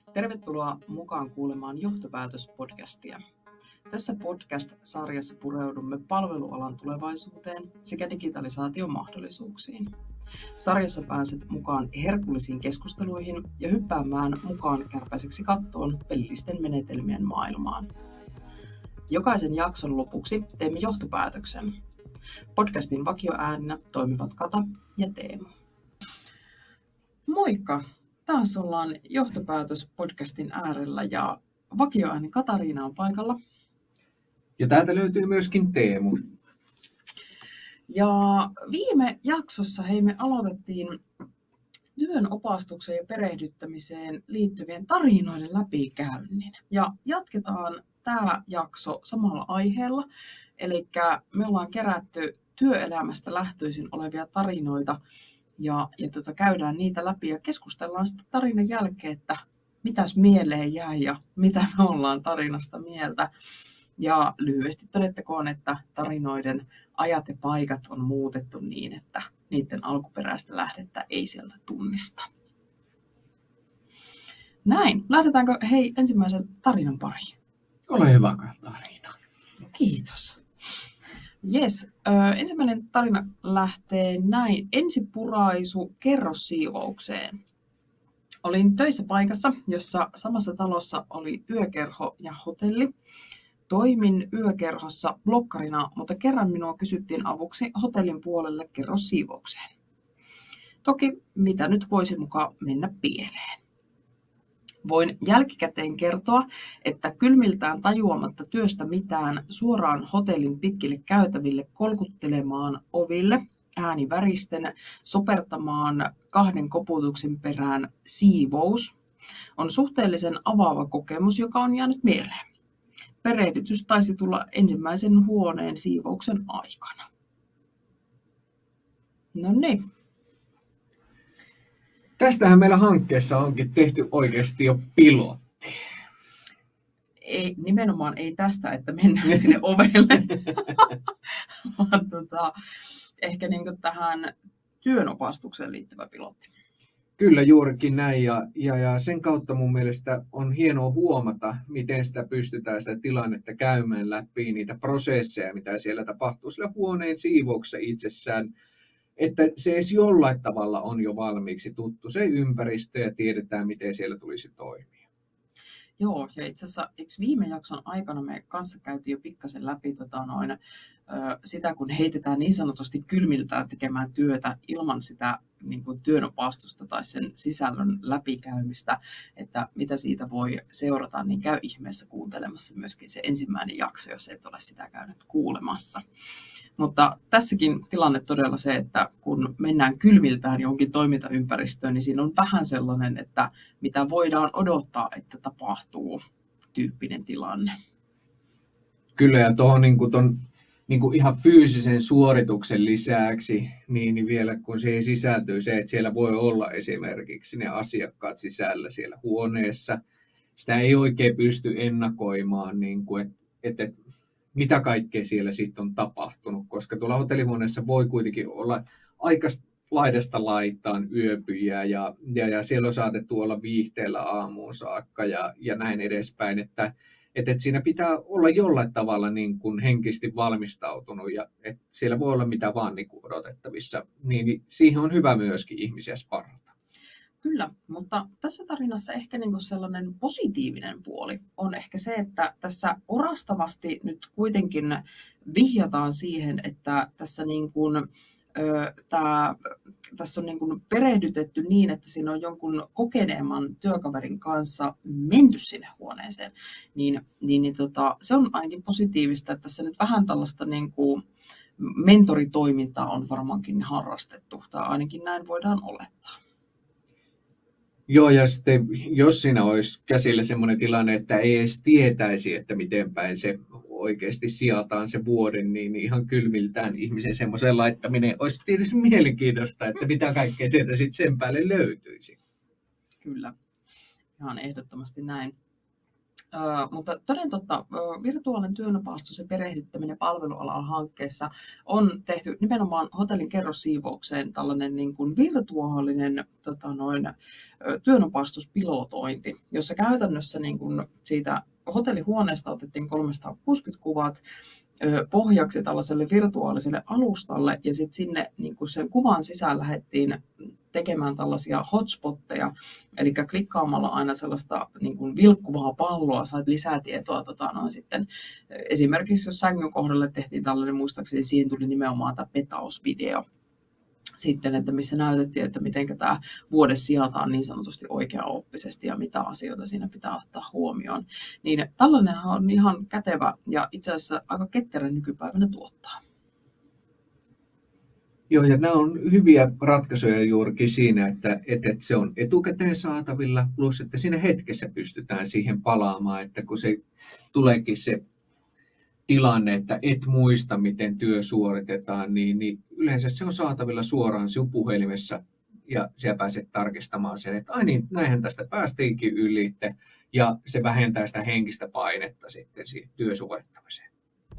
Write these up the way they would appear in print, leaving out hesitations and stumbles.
Tervetuloa mukaan kuulemaan Johtopäätöspodcastia. Tässä podcast-sarjassa pureudumme palvelualan tulevaisuuteen sekä digitalisaation mahdollisuuksiin. Sarjassa pääset mukaan herkullisiin keskusteluihin ja hyppäämään mukaan kärpäiseksi kattoon pelillisten menetelmien maailmaan. Jokaisen jakson lopuksi teemme johtopäätöksen. Podcastin vakioääninä toimivat Kata ja Teemu. Moikka! Taas ollaan Johtopäätöspodcastin äärellä ja vakioääni Katariina on paikalla. Ja täältä löytyy myöskin Teemu. Ja viime jaksossa me aloitettiin työn opastukseen ja perehdyttämiseen liittyvien tarinoiden läpikäynnin. Ja jatketaan tämä jakso samalla aiheella. Eli me ollaan kerätty työelämästä lähtöisin olevia tarinoita ja käydään niitä läpi ja keskustellaan sitten tarinan jälkeen, että mitäs mieleen jäi ja mitä me ollaan tarinasta mieltä. Ja lyhyesti todettakoon, että tarinoiden ajat ja paikat on muutettu niin, että niiden alkuperäistä lähdettä ei sieltä tunnista. Näin. Lähdetäänkö ensimmäisen tarinan pariin? Ole hyvä, Katariina. Kiitos. Jes, ensimmäinen tarina lähtee näin. Ensipuraisu kerrossiivoukseen. Olin töissä paikassa, jossa samassa talossa oli yökerho ja hotelli. Toimin yökerhossa blokkarina, mutta kerran minua kysyttiin avuksi hotellin puolelle kerrossiivoukseen. Toki mitä nyt voisi mukaan mennä pieleen. Voin jälkikäteen kertoa, että kylmiltään tajuamatta työstä mitään suoraan hotellin pitkille käytäville kolkuttelemaan oville, ääni väristen, sopertamaan 2 koputuksen perään siivous on suhteellisen avaava kokemus, joka on jäänyt mieleen. Perehdytys taisi tulla ensimmäisen huoneen siivouksen aikana. No niin. Tästähän meillä hankkeessa onkin tehty oikeasti jo pilotti. Ei, nimenomaan ei tästä, että mennään sinne ovelle, vaan ehkä niin kuin tähän työnopastukseen liittyvä pilotti. Kyllä juurikin näin ja sen kautta mun mielestä on hienoa huomata, miten sitä tilannetta käymään läpi, niitä prosesseja, mitä siellä tapahtuu sillä huoneen siivouksessa itsessään, että se edes jollain tavalla on jo valmiiksi tuttu se ympäristö ja tiedetään, miten siellä tulisi toimia. Joo, ja itse asiassa viime jakson aikana me kanssa käytiin jo pikkasen läpi sitä, kun heitetään niin sanotusti kylmiltään tekemään työtä ilman sitä niin kuin työnopastusta tai sen sisällön läpikäymistä, että mitä siitä voi seurata, niin käy ihmeessä kuuntelemassa myöskin se ensimmäinen jakso, jos et ole sitä käynyt kuulemassa. Mutta tässäkin tilanne todella se, että kun mennään kylmiltään johonkin toimintaympäristöön, niin siinä on vähän sellainen, että mitä voidaan odottaa, että tapahtuu tyyppinen tilanne. Kyllä, ja tuohon niin ihan fyysisen suorituksen lisäksi, niin vielä kun siihen sisältyy se, että siellä voi olla esimerkiksi ne asiakkaat sisällä siellä huoneessa, sitä ei oikein pysty ennakoimaan, että mitä kaikkea siellä sitten on tapahtunut, koska tuolla hotellihuoneessa voi kuitenkin olla aika laidasta laitaan yöpyjä ja siellä on saatettu olla viihteellä aamuun saakka ja näin edespäin, että siinä pitää olla jollain tavalla niin kuin henkisesti valmistautunut ja että siellä voi olla mitä vaan niin kuin odotettavissa, niin siihen on hyvä myöskin ihmisiä sparrata. Kyllä, mutta tässä tarinassa ehkä niin kuin sellainen positiivinen puoli on ehkä se, että tässä orastavasti nyt kuitenkin vihjataan siihen, että tässä tässä on niin kuin perehdytetty niin, että siinä on jonkun kokeneemman työkaverin kanssa menty sinne huoneeseen, se on ainakin positiivista, että tässä nyt vähän tällaista niin kuin mentoritoimintaa on varmaankin harrastettu, tai ainakin näin voidaan olettaa. Joo, ja sitten jos siinä olisi käsillä sellainen tilanne, että ei edes tietäisi, että miten päin se oikeasti sijataan se vuoden, niin ihan kylmiltään ihmisen semmoisen laittaminen olisi tietysti mielenkiintoista, että mitä kaikkea sieltä sitten sen päälle löytyisi. Kyllä, ihan ehdottomasti näin. Mutta toden totta, virtuaalinen työnopastus ja perehdyttäminen palvelualan hankkeessa on tehty nimenomaan hotellin kerrossiivoukseen tällainen niin kuin virtuaalinen työnopastuspilotointi, jossa käytännössä niin kuin siitä hotellihuoneesta otettiin 360 kuvat pohjaksi tällaiselle virtuaaliselle alustalle ja sitten sinne niin kuin sen kuvan sisään lähdettiin tekemään tällaisia hotspotteja, eli klikkaamalla aina sellaista niin kuin vilkkuvaa palloa sait lisätietoa. Sitten. Esimerkiksi jos sängyn kohdalle tehtiin tällainen, muistaakseni siihen tuli nimenomaan tämä petausvideo, sitten, että missä näytettiin, että miten tämä vuode sijataan niin sanotusti oikeaoppisesti ja mitä asioita siinä pitää ottaa huomioon. Niin tällainen on ihan kätevä ja itse asiassa aika ketterä nykypäivänä tuottaa. Joo, ja nämä on hyviä ratkaisuja juurikin siinä, että se on etukäteen saatavilla, plus että siinä hetkessä pystytään siihen palaamaan, että kun se tuleekin se tilanne, että et muista, miten työ suoritetaan, niin yleensä se on saatavilla suoraan sinun puhelimessa ja siellä pääset tarkistamaan sen, että ai niin, näinhän tästä päästiinkin yli ja se vähentää sitä henkistä painetta sitten siihen työsuorittamiseen.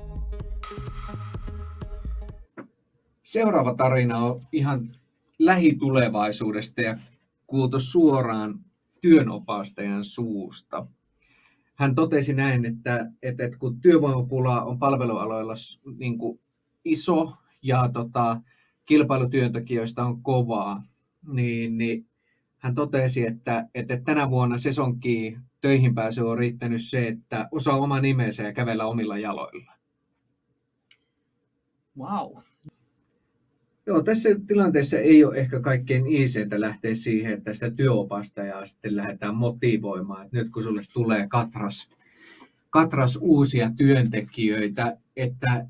Seuraava tarina on ihan lähitulevaisuudesta ja kuultu suoraan työnopastajan suusta. Hän totesi näin, että kun työvoimapula on palvelualoilla niin kuin iso ja kilpailutyöntekijöistä on kovaa, niin hän totesi, että tänä vuonna sesonkiin töihin pääsy on riittänyt se, että osaa oma nimensä ja kävellä omilla jaloilla. Wow. Joo, tässä tilanteessa ei ole ehkä kaikkein iisintä lähteä siihen, että sitä työopastajaa sitten lähdetään motivoimaan. Että nyt kun sulle tulee katras uusia työntekijöitä, että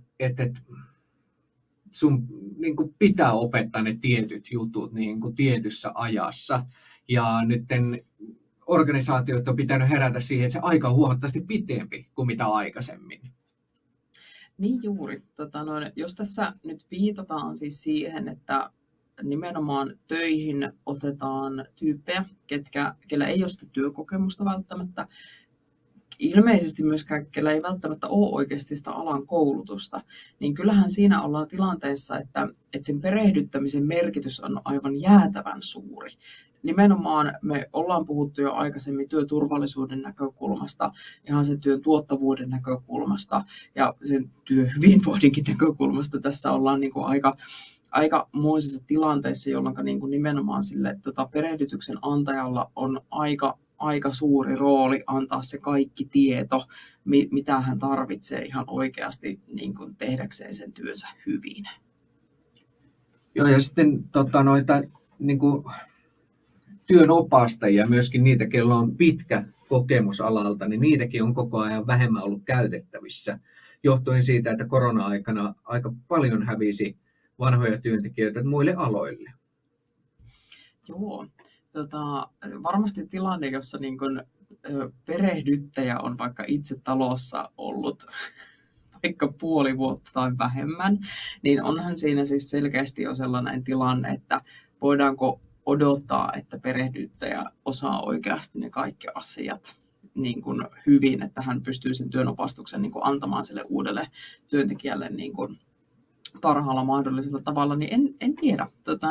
sun niin kuin pitää opettaa ne tietyt jutut niin kuin tietyssä ajassa. Ja nyt organisaatiot on pitänyt herätä siihen, että se aika on huomattavasti pitempi kuin mitä aikaisemmin. Niin juuri. Jos tässä nyt viitataan siis siihen, että nimenomaan töihin otetaan tyyppejä, kellä ei ole sitä työkokemusta välttämättä, ilmeisesti myöskään, kellä ei välttämättä ole oikeasti sitä alan koulutusta, niin kyllähän siinä ollaan tilanteessa, että sen perehdyttämisen merkitys on aivan jäätävän suuri. Nimenomaan me ollaan puhuttu jo aikaisemmin työturvallisuuden näkökulmasta, ihan sen työn tuottavuuden näkökulmasta ja sen työhyvinvoinninkin näkökulmasta. Tässä ollaan niin kuin aikamoisessa tilanteessa, jolloin niin kuin nimenomaan sille perehdytyksen antajalla on aika suuri rooli antaa se kaikki tieto, mitä hän tarvitsee ihan oikeasti niin kuin tehdäkseen sen työnsä hyvin. Joo, ja sitten niin kuin työnopastajia, myöskin niitä, kello on pitkä kokemus alalta, niin niitäkin on koko ajan vähemmän ollut käytettävissä, johtuen siitä, että korona-aikana aika paljon hävisi vanhoja työntekijöitä muille aloille. Joo, varmasti tilanne, jossa niin kun, perehdyttäjä on vaikka itse talossa ollut vaikka puoli vuotta tai vähemmän, niin onhan siinä siis selkeästi jo sellainen tilanne, että voidaanko odottaa, että perehdyttäjä osaa oikeasti ne kaikki asiat niin kuin hyvin, että hän pystyy sen työnopastuksen niin kuin antamaan sille uudelle työntekijälle niin kuin parhaalla mahdollisella tavalla, niin en tiedä.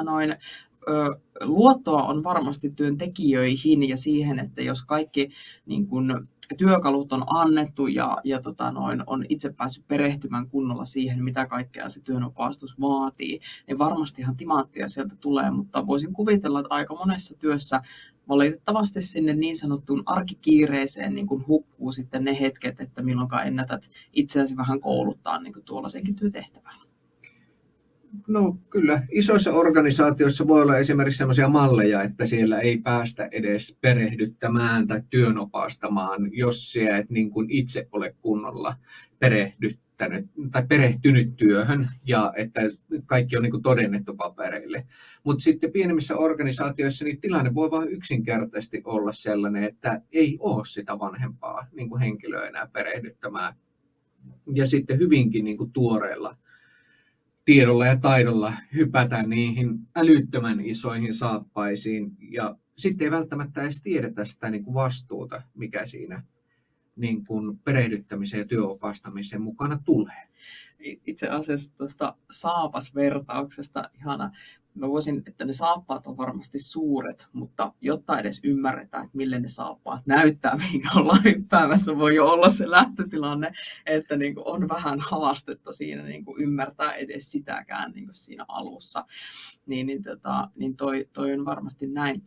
Luottoa on varmasti työntekijöihin ja siihen, että jos kaikki niin kuin työkalut on annettu ja on itse päässyt perehtymään kunnolla siihen, mitä kaikkea se työnopastus vaatii, niin varmastihan timanttia sieltä tulee, mutta voisin kuvitella, että aika monessa työssä valitettavasti sinne niin sanottuun arkikiireeseen niin kuin hukkuu sitten ne hetket, että milloinkaan ennätät itseäsi vähän kouluttaa niin kuin tuollaisenkin työtehtävään. No kyllä, isoissa organisaatioissa voi olla esimerkiksi sellaisia malleja, että siellä ei päästä edes perehdyttämään tai työnopastamaan, jos siellä et niin kuin itse ole kunnolla perehdyttänyt tai perehtynyt työhön ja että kaikki on niin kuin todennettu papereille. Mutta sitten pienemmissä organisaatioissa niin tilanne voi vain yksinkertaisesti olla sellainen, että ei ole sitä vanhempaa niin kuin henkilöä enää perehdyttämään ja sitten hyvinkin niin kuin tuoreella tiedolla ja taidolla hypätä niihin älyttömän isoihin saappaisiin ja sitten ei välttämättä edes tiedetä sitä niin kuin vastuuta, mikä siinä niin kuin perehdyttämisen ja työopastamisen mukana tulee. Itse asiassa tuosta saapasvertauksesta ihana. Mä voisin, että ne saappaat on varmasti suuret, mutta jotta edes ymmärretään, että mille ne saappaat näyttää, minkä ollaan hyppäämässä, voi jo olla se lähtötilanne, että niin kuin on vähän haastetta siinä niin kuin ymmärtää edes sitäkään niin kuin siinä alussa. Niin toi on varmasti näin.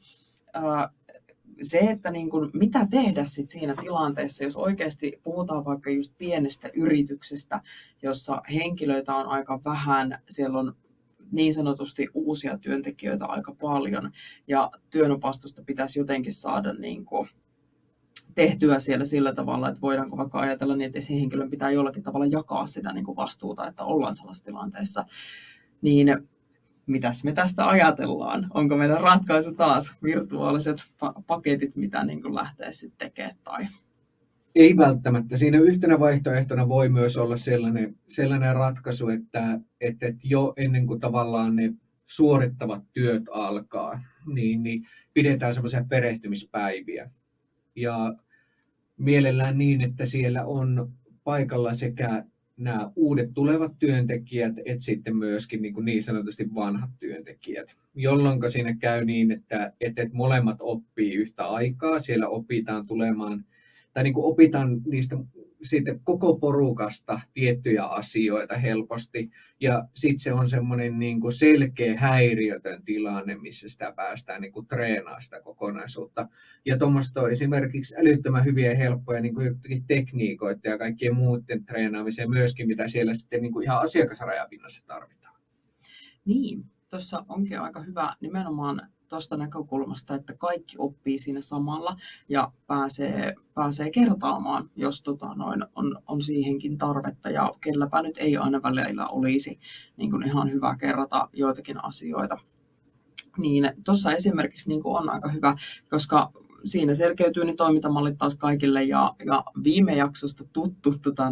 Se, että niin kuin, mitä tehdä sit siinä tilanteessa, jos oikeasti puhutaan vaikka just pienestä yrityksestä, jossa henkilöitä on aika vähän, siellä on niin sanotusti uusia työntekijöitä aika paljon, ja työnopastusta pitäisi jotenkin saada niin kuin tehtyä siellä sillä tavalla, että voidaanko vaikka ajatella niin, että esihenkilön pitää jollakin tavalla jakaa sitä niin kuin vastuuta, että ollaan sellaisessa tilanteessa, niin mitäs me tästä ajatellaan? Onko meidän ratkaisu taas virtuaaliset paketit, mitä niin kuin lähtee sitten tekemään? Tai... Ei välttämättä. Siinä yhtenä vaihtoehtona voi myös olla sellainen ratkaisu, että jo ennen kuin tavallaan ne suorittavat työt alkaa, niin pidetään semmoisia perehtymispäiviä. Ja mielellään niin, että siellä on paikalla sekä nämä uudet tulevat työntekijät, että sitten myöskin niin sanotusti vanhat työntekijät, jolloin siinä käy niin, että molemmat oppii yhtä aikaa, siellä opitaan tulemaan, tai niin kuin opitaan siitä koko porukasta tiettyjä asioita helposti, ja sitten se on semmoinen niin kuin selkeä häiriötön tilanne, missä sitä päästään niin kuin treenaamaan sitä kokonaisuutta. Ja tuommoista on esimerkiksi älyttömän hyviä ja helppoja niin kuin tekniikoita ja kaikkien muiden treenaamiseen myöskin, mitä siellä sitten niin kuin ihan asiakasrajapinnassa tarvitaan. Niin, tuossa onkin aika hyvä nimenomaan tuosta näkökulmasta, että kaikki oppii siinä samalla ja pääsee kertaamaan, jos on siihenkin tarvetta ja kelläpä nyt ei aina välillä olisi niin kuin ihan hyvä kerrata joitakin asioita. Niin tuossa esimerkiksi niin kuin on aika hyvä, koska siinä selkeytyy ne toimintamallit taas kaikille ja viime jaksosta tuttu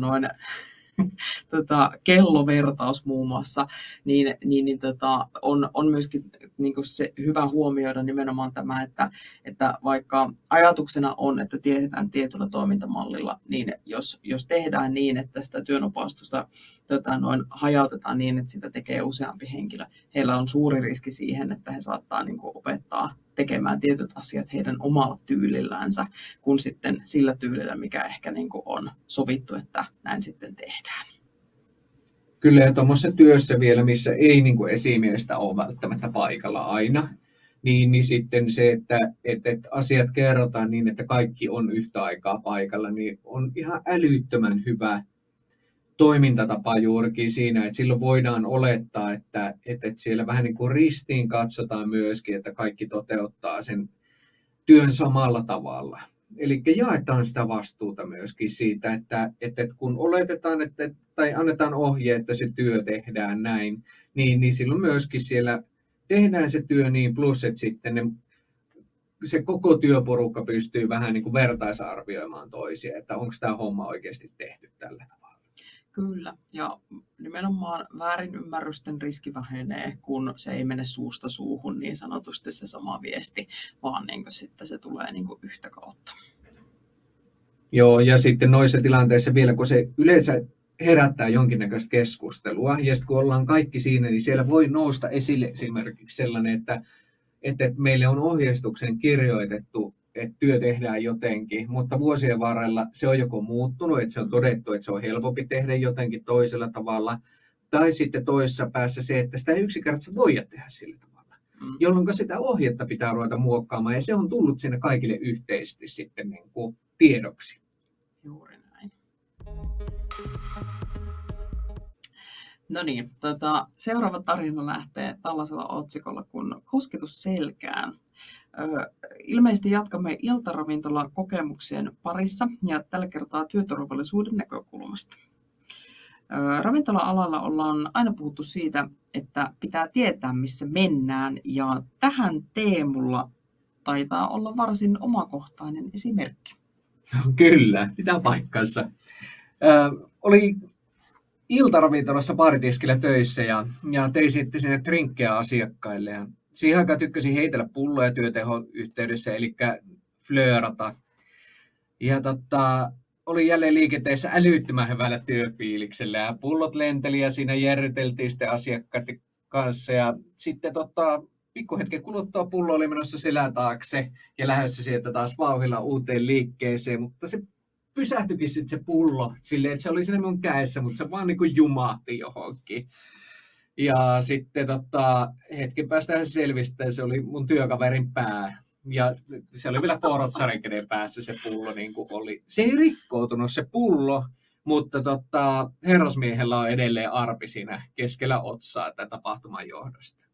kellovertaus muun muassa, on myöskin niin kuin se hyvä huomioida nimenomaan tämä, että vaikka ajatuksena on, että tiedetään tietyllä toimintamallilla, niin jos tehdään niin, että sitä työnopastusta hajautetaan niin, että sitä tekee useampi henkilö, heillä on suuri riski siihen, että he saattaa niin kuin opettaa tekemään tietyt asiat heidän omalla tyylillänsä, kuin sitten sillä tyylillä, mikä ehkä niin kuin on sovittu, että näin sitten tehdään. Kyllä, ja tuommoisessa työssä vielä, missä ei niin kuin esimiestä ole välttämättä paikalla aina, niin sitten se, että asiat kerrotaan niin, että kaikki on yhtä aikaa paikalla, niin on ihan älyttömän hyvä toimintatapa juurikin siinä, että silloin voidaan olettaa, että siellä vähän niin kuin ristiin katsotaan myöskin, että kaikki toteuttaa sen työn samalla tavalla. Eli jaetaan sitä vastuuta myöskin siitä, että kun oletetaan, tai annetaan ohje, että se työ tehdään näin, niin silloin myöskin siellä tehdään se työ niin, plus että sitten se koko työporukka pystyy vähän niin kuin vertaisarvioimaan toisia, että onko tämä homma oikeasti tehty tällä tavalla. Kyllä, ja nimenomaan väärinymmärrysten riski vähenee, kun se ei mene suusta suuhun niin sanotusti se sama viesti, vaan niin kuin sitten se tulee niin kuin yhtä kautta. Joo, ja sitten noissa tilanteissa vielä, kun se yleensä herättää jonkinnäköistä keskustelua, ja sitten kun ollaan kaikki siinä, niin siellä voi nousta esille esimerkiksi sellainen, että meille on ohjeistuksen kirjoitettu, että työ tehdään jotenkin, mutta vuosien varrella se on joko muuttunut, että se on todettu, että se on helpompi tehdä jotenkin toisella tavalla, tai sitten toisessa päässä se, että sitä ei yksinkertaisesti voida tehdä sillä tavalla, jolloin sitä ohjetta pitää ruveta muokkaamaan, ja se on tullut siinä kaikille yhteisesti sitten niin kuin tiedoksi. Juuri näin. No niin, seuraava tarina lähtee tällaisella otsikolla kuin Kosketus selkään. Ilmeisesti jatkamme iltaravintola-kokemuksien parissa ja tällä kertaa työturvallisuuden näkökulmasta. Ravintola-alalla ollaan aina puhuttu siitä, että pitää tietää, missä mennään, ja tähän Teemulla taitaa olla varsin omakohtainen esimerkki. Kyllä, pitää paikkansa. Oli iltaravintolassa baaritiskillä töissä ja tein sitten sinne drinkkejä asiakkaille. Ja siihen aikaan tykkäsin heitellä pulloja työteho-yhteydessä, eli flöörata. Ja oli jälleen liikenteessä älyttömän hyvällä työfiiliksellä ja pullot lenteli ja siinä järryteltiin sitten asiakkaiden kanssa ja sitten pikkuhetken kuluttua pullo oli menossa selän taakse ja lähdössä sieltä taas vauhdilla uuteen liikkeeseen, mutta se pysähtyikin sitten se pullo silleen, että se oli siinä mun kädessä, mutta se vaan niin kuin jumahti johonkin. Ja sitten hetken päästä se selvisi, että se oli mun työkaverin pää. Ja se oli vielä porotsarin kenen päässä se pullo niin kuin oli. Se ei rikkoutunut se pullo, mutta herrasmiehellä on edelleen arpi siinä keskellä otsaa tämän tapahtuman johdosta.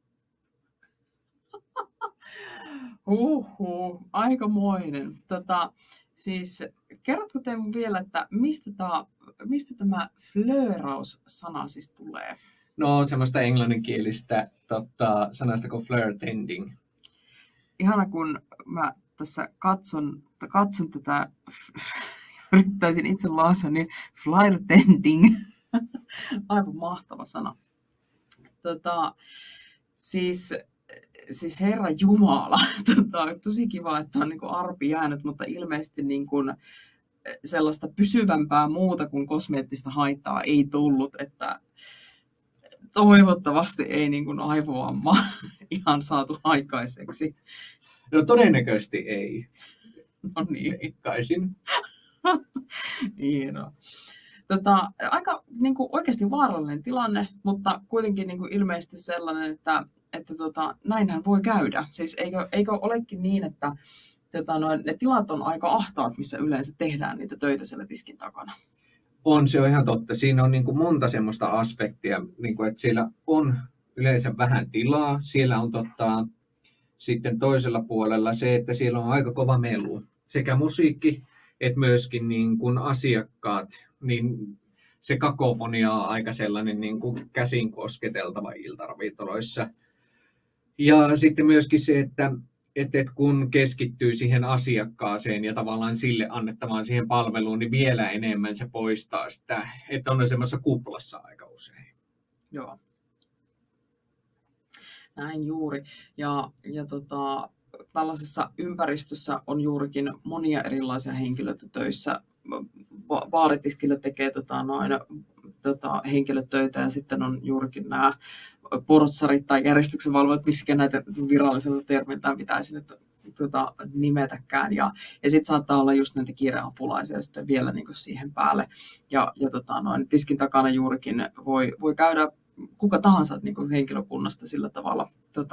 Aikamoinen. Siis kerrotko te vielä, että mistä tämä flööraus-sana siis tulee? No semmoista englanninkielistä sanasta kuin flirtending. Ihana, kun mä tässä katson tätä, yrittäisin itse lausua, niin flirtending. Aivan mahtava sana. Siis Herra Jumala, tosi kiva, että on niin kuin arpi jäänyt, mutta ilmeisesti niin kuin sellaista pysyvämpää muuta kuin kosmeettista haittaa ei tullut, että toivottavasti ei niin kuin aivovamma ihan saatu aikaiseksi. No todennäköisesti ei. No niin. Veikkaisin. Hienoa. Aika niin kuin oikeasti vaarallinen tilanne, mutta kuitenkin niin kuin ilmeisesti sellainen, että näinhän voi käydä. Siis eikö olekin niin, että ne tilat on aika ahtaat, missä yleensä tehdään niitä töitä siellä tiskin takana? Se on ihan totta. Siinä on niin kuin monta semmoista aspektia, niin kuin, että siellä on yleensä vähän tilaa. Siellä on sitten toisella puolella se, että siellä on aika kova melu. Sekä musiikki että myöskin niin kuin asiakkaat, niin se kakofonia on aika sellainen niin kuin käsin kosketeltava iltaravintoloissa. Ja sitten myöskin se, että kun keskittyy siihen asiakkaaseen ja tavallaan sille annettavaan siihen palveluun, niin vielä enemmän se poistaa sitä, että on semmoisessa kuplassa aika usein. Joo. Näin juuri. Ja tällaisessa ympäristössä on juurikin monia erilaisia henkilöitä töissä. Baaritiskillä tekee henkilötöitä ja sitten on juurikin nämä portsarit tai järjestyksenvalvojat, miksi näitä virallisella termiltään pitäisi nyt nimetäkään. Ja sitten saattaa olla just näitä kiireapulaisia sitten vielä niin kuin siihen päälle. Ja tiskin takana juurikin voi käydä kuka tahansa niin kuin henkilökunnasta sillä tavalla.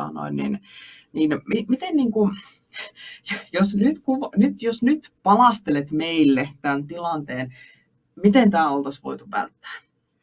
Miten niin kuin, jos nyt palastelet meille tämän tilanteen, miten tämä oltaisiin voitu välttää?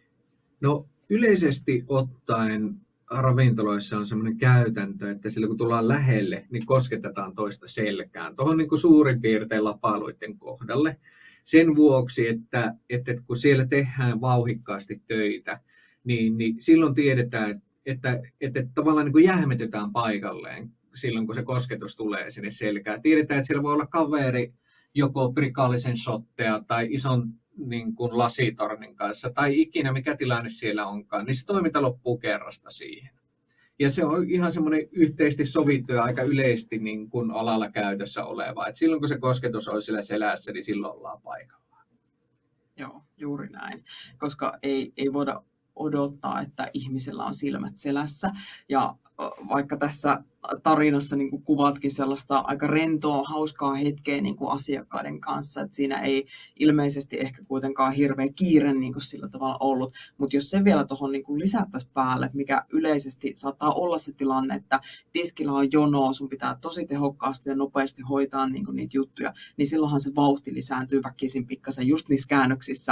No yleisesti ottaen ravintoloissa on sellainen käytäntö, että silloin kun tullaan lähelle, niin kosketetaan toista selkään. Tuohon niin kuin suurin piirtein lapaaluiden kohdalle. Sen vuoksi, että kun siellä tehdään vauhikkaasti töitä, niin silloin tiedetään, että tavallaan niin kuin jähmetytään paikalleen silloin, kun se kosketus tulee sinne selkään. Tiedetään, että siellä voi olla kaveri joko prikaalisen shotteja tai ison niin kuin lasitornin kanssa tai ikinä mikä tilanne siellä onkaan, niin se toiminta loppuu kerrasta siihen. Ja se on ihan semmoinen yhteisesti sovittu ja aika yleisesti niin kuin alalla käytössä oleva. Et silloin kun se kosketus on siellä selässä, niin silloin ollaan paikallaan. Joo, juuri näin. Koska ei voida odottaa, että ihmisellä on silmät selässä. Ja vaikka tässä tarinassa niin kuin kuvatkin sellaista aika rentoa, hauskaa hetkeä niin kuin asiakkaiden kanssa, että siinä ei ilmeisesti ehkä kuitenkaan hirveä kiire niin kuin sillä tavalla ollut, mutta jos se vielä tuohon niin kuin lisättäisiin päälle, mikä yleisesti saattaa olla se tilanne, että tiskillä on jonoa, sun pitää tosi tehokkaasti ja nopeasti hoitaa niin kuin niitä juttuja, niin silloinhan se vauhti lisääntyy väkisin pikkasen just niissä käännöksissä.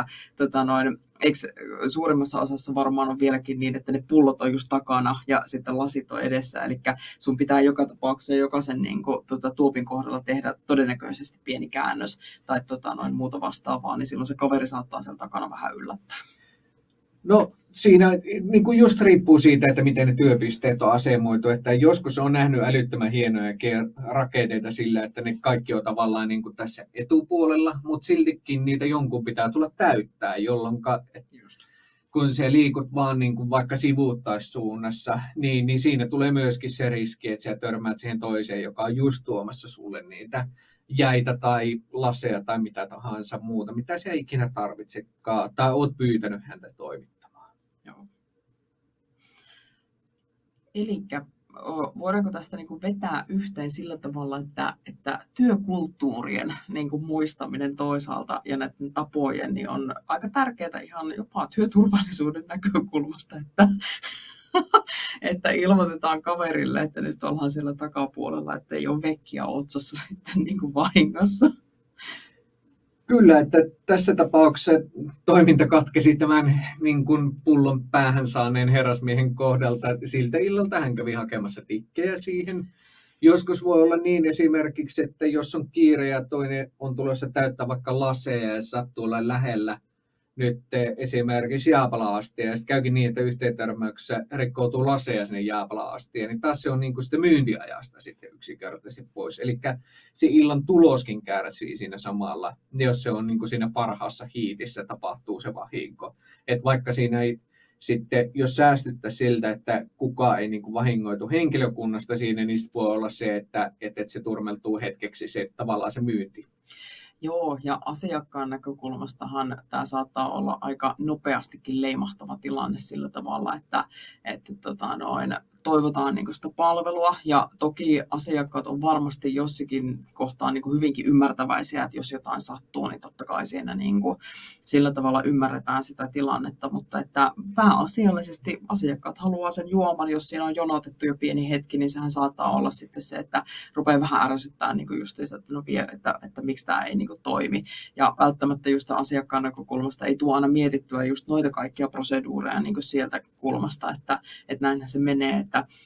Eikö suurimmassa osassa varmaan on vieläkin niin, että ne pullot on just takana ja sitten lasit on edessä, eli sun pitää joka tapauksessa jokaisen niin kuin, tuopin kohdalla tehdä todennäköisesti pieni käännös tai muuta vastaavaa, niin silloin se kaveri saattaa siellä takana vähän yllättää. No siinä niin kuin just riippuu siitä, että miten ne työpisteet on asemoitu, että joskus on nähnyt älyttömän hienoja rakenteita sillä, että ne kaikki on tavallaan niin kuin tässä etupuolella, mutta siltikin niitä jonkun pitää tulla täyttää, jolloin kun se liikut vaan niin kuin vaikka sivuuttaissuunnassa, niin siinä tulee myöskin se riski, että sä törmäät siihen toiseen, joka on just tuomassa sulle niitä jäitä tai laseja tai mitä tahansa muuta, mitä sä ikinä tarvitsekaan, tai oot pyytänyt häntä toimittamaan. Joo. Elikkä voidaanko tästä niin kuin vetää yhteen sillä tavalla, että työkulttuurien niin kuin muistaminen toisaalta ja näiden tapojen niin on aika tärkeää ihan jopa työturvallisuuden näkökulmasta, että ilmoitetaan kaverille, että nyt ollaan siellä takapuolella, että ei ole vekkiä otsassa sitten niin kuin vahingossa. Kyllä, että tässä tapauksessa toiminta katkesi tämän niin kuin pullon päähän saaneen herrasmiehen kohdalta. Siltä illalta hän kävi hakemassa tikkejä siihen. Joskus voi olla niin esimerkiksi, että jos on kiire ja toinen on tulossa täyttää vaikka laseja ja sattuu olla lähellä nyt esimerkiksi jääpala-astia, ja sitten käykin niin, että yhteentörmäyksessä rikkoutuu laseja sinne jääpala-astiin, niin taas se on niin kuin sitten myyntiajasta sitten yksinkertaisesti pois. Eli se illan tuloskin kärsii siinä samalla, jos se on niin kuin siinä parhaassa hiitissä tapahtuu se vahinko. Että vaikka siinä ei sitten, jos säästyttäisiin siltä, että kukaan ei niin kuin vahingoitu henkilökunnasta siinä, niin voi olla se, että se turmeltuu hetkeksi se tavallaan se myynti. Joo, ja asiakkaan näkökulmastahan tämä saattaa olla aika nopeastikin leimahtava tilanne sillä tavalla, että toivotaan niin kuin sitä palvelua, ja toki asiakkaat on varmasti jossakin kohtaa niin kuin hyvinkin ymmärtäväisiä, että jos jotain sattuu, niin totta kai siinä niin kuin sillä tavalla ymmärretään sitä tilannetta, mutta että pääasiallisesti asiakkaat haluaa sen juoman, jos siinä on jonotettu jo pieni hetki, niin sehän saattaa olla sitten se, että rupeaa vähän ärsyttää niin kuin just että miksi tämä ei niin kuin toimi, ja välttämättä just asiakkaan näkökulmasta ei tule aina mietittyä just noita kaikkia proseduureja niin kuin sieltä kulmasta, että näinhän se menee,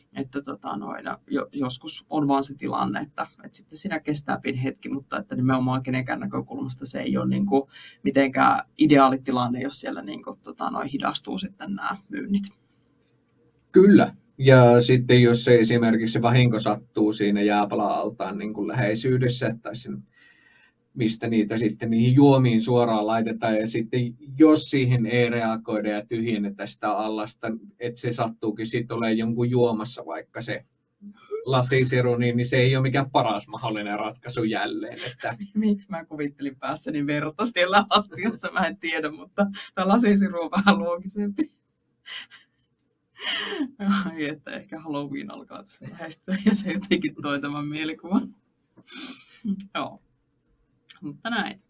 joskus on vaan se tilanne, että sitten siinä kestää pieni hetki, mutta että nimenomaan kenenkään näkökulmasta se ei ole niin kuin mitenkään ideaalitilanne, jos siellä niin kuin, hidastuu sitten nämä myynnit. Kyllä. Ja sitten jos se esimerkiksi se vahinko sattuu siinä jääpala-altaan niin kuin läheisyydessä, tai sen, mistä niitä sitten niihin juomiin suoraan laitetaan, ja sitten jos siihen ei reagoida ja tyhjennetä sitä allasta, että se sattuukin sitten olemaan jonkun juomassa vaikka se lasisiru, niin se ei ole mikään paras mahdollinen ratkaisu jälleen. Että... Miksi mä kuvittelin päässäni verta siellä astiassa, mä en tiedä, mutta tämä lasisiru on vähän loogisempi. Ai, että ehkä Halloween alkaa tässä lähestyä ja se jotenkin toi tämän mielikuvan. Joo. Mutta näin.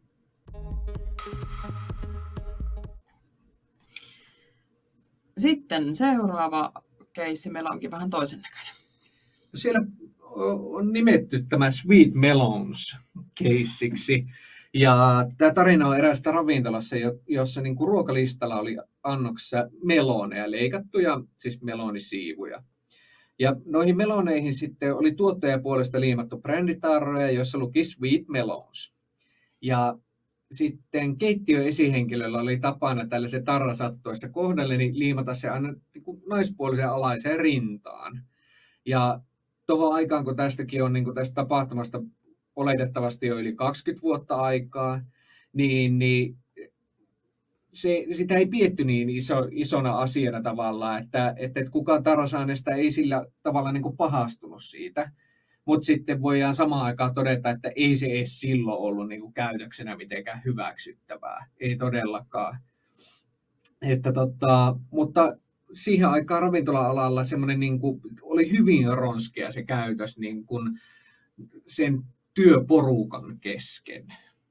Sitten seuraava keissi meillä onkin vähän toisen näköinen. Siellä on nimetty tämä Sweet Melons keissiksi. Ja tämä tarina on eräästä ravintolassa, jossa niin kuin ruokalistalla oli annoksessa meloneja, leikattuja, siis melonisiivuja. Ja noihin meloneihin sitten oli tuottajapuolesta liimattu bränditarroja, joissa luki Sweet Melons. Ja sitten keittiön esihenkilöllä oli tapana tällaisen tarra sattuessa kohdalle, niin liimata se aina niin naispuolisen alaiseen rintaan. Ja tuohon aikaan, kun tästäkin on niin kuin tästä tapahtumasta oletettavasti jo yli 20 vuotta aikaa, niin sitä ei pietty niin isona asiana tavallaan, että kukaan tarrasaaneesta ei sillä tavalla niin kuin pahastunut siitä. Mutta sitten voidaan samaan aikaan todeta, että ei se edes silloin ollut niin kuin käytöksenä mitenkään hyväksyttävää. Ei todellakaan. Mutta siihen aikaan ravintola-alalla semmoinen niin kuin, oli hyvin ronskia se käytös niin kuin sen työporukan kesken.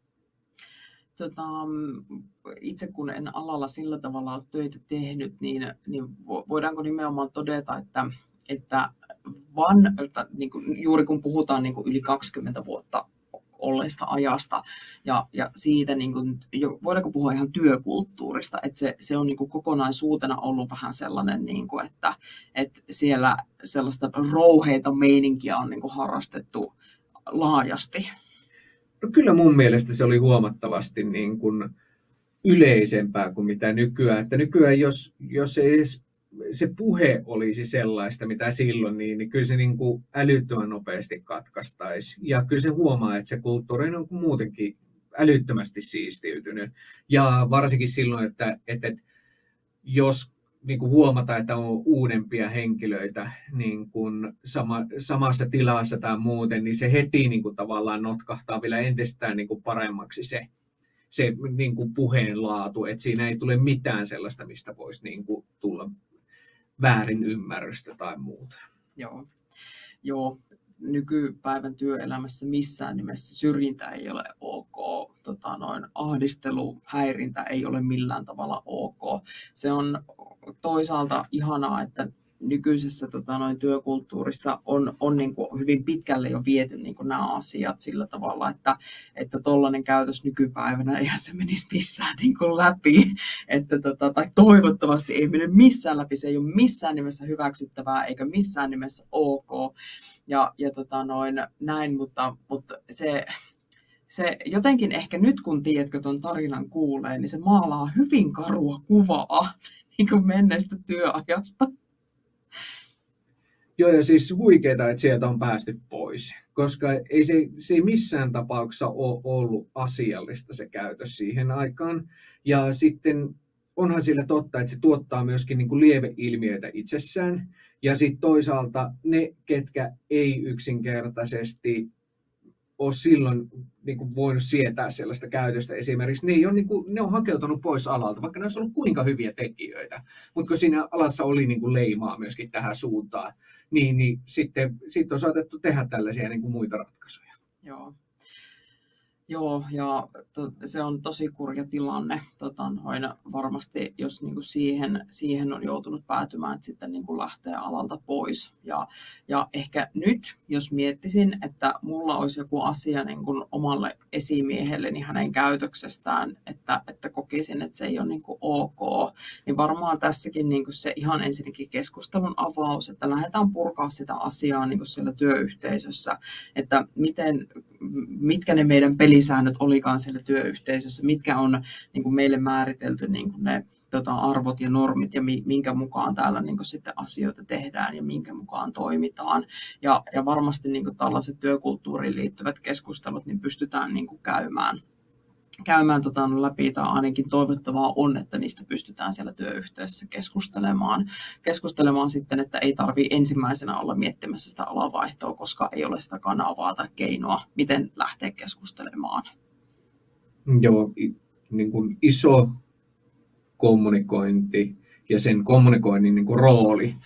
Itse kun en alalla sillä tavalla ole töitä tehnyt, niin voidaanko nimenomaan todeta, että niin kuin, juuri kun puhutaan niin kuin yli 20 vuotta olleesta ajasta ja siitä, niin kuin, voidaanko puhua ihan työkulttuurista, että se on niin kuin kokonaisuutena ollut vähän sellainen, niin kuin, että siellä sellaista rouheita meininkiä on niin kuin harrastettu laajasti. No kyllä mun mielestä se oli huomattavasti niin kuin yleisempää kuin mitä nykyään. Että nykyään jos se puhe olisi sellaista, mitä silloin, niin kyllä se niin kuin älyttömän nopeasti katkaistaisi. Ja kyllä se huomaa, että se kulttuuri on muutenkin älyttömästi siistiytynyt. Ja varsinkin silloin, että jos niin kuin huomata, että on uudempia henkilöitä niin kuin samassa tilassa tai muuten, niin se heti niin kuin tavallaan notkahtaa vielä entestään niin kuin paremmaksi se niin kuin puheen laatu, että siinä ei tule mitään sellaista, mistä voisi niin kuin tulla väärin ymmärrystä tai muuta. Joo. Nykypäivän työelämässä missään nimessä syrjintä ei ole ok, ahdistelu, häirintä ei ole millään tavalla ok. Se on toisaalta ihanaa, että nykyisessä työkulttuurissa on niin kuin hyvin pitkälle jo viety niin kuin nämä asiat sillä tavalla, että tollainen käytös nykypäivänä eihän se menisi missään niin kuin läpi, tai toivottavasti ei mene missään läpi, se ei ole missään nimessä hyväksyttävää eikä missään nimessä ok. Ja näin, mutta se jotenkin ehkä nyt kun tiedätkö tuon tarinan kuulee, niin se maalaa hyvin karua kuvaa niin kuin menneestä työajasta. Joo, ja siis huikeeta, että sieltä on päästy pois, koska ei se ei missään tapauksessa ole ollut asiallista se käytös siihen aikaan. Ja sitten onhan sillä totta, että se tuottaa myöskin niin kuin lieveilmiöitä itsessään. Ja sitten toisaalta ne, ketkä ei yksinkertaisesti ole silloin niin kuin voinut sietää sellaista käytöstä esimerkiksi, ne on hakeutunut pois alalta, vaikka ne olisi ollut kuinka hyviä tekijöitä. Mutta kun siinä alassa oli niin kuin leimaa myöskin tähän suuntaan, niin sitten on saatettu tehdä tällaisia niin kuin muita ratkaisuja. Joo, ja se on tosi kurja tilanne. Varmasti, jos niinku siihen on joutunut päätymään, että sitten niinku lähtee alalta pois. Ja ehkä nyt, jos miettisin, että mulla olisi joku asia niinku omalle esimiehelleni hänen käytöksestään, että kokisin, että se ei ole niinku ok, niin varmaan tässäkin niinku se ihan ensinnäkin keskustelun avaus, että lähdetään purkaa sitä asiaa niinku siellä työyhteisössä, että mitkä ne meidän pelisäännöt olikaan siellä työyhteisössä, mitkä on niin kuin meille määritelty niin kuin ne arvot ja normit ja minkä mukaan täällä niin kuin sitten asioita tehdään ja minkä mukaan toimitaan. Ja varmasti niin kuin tällaiset työkulttuuriin liittyvät keskustelut niin pystytään niin kuin käymään läpi, tai ainakin toivottavaa on, että niistä pystytään siellä työyhteisössä keskustelemaan sitten, että ei tarvitse ensimmäisenä olla miettimässä sitä alavaihtoa, koska ei ole sitä kanavaa tai keinoa, miten lähteä keskustelemaan. Joo, niin kuin iso kommunikointi ja sen kommunikoinnin niin kuin rooli.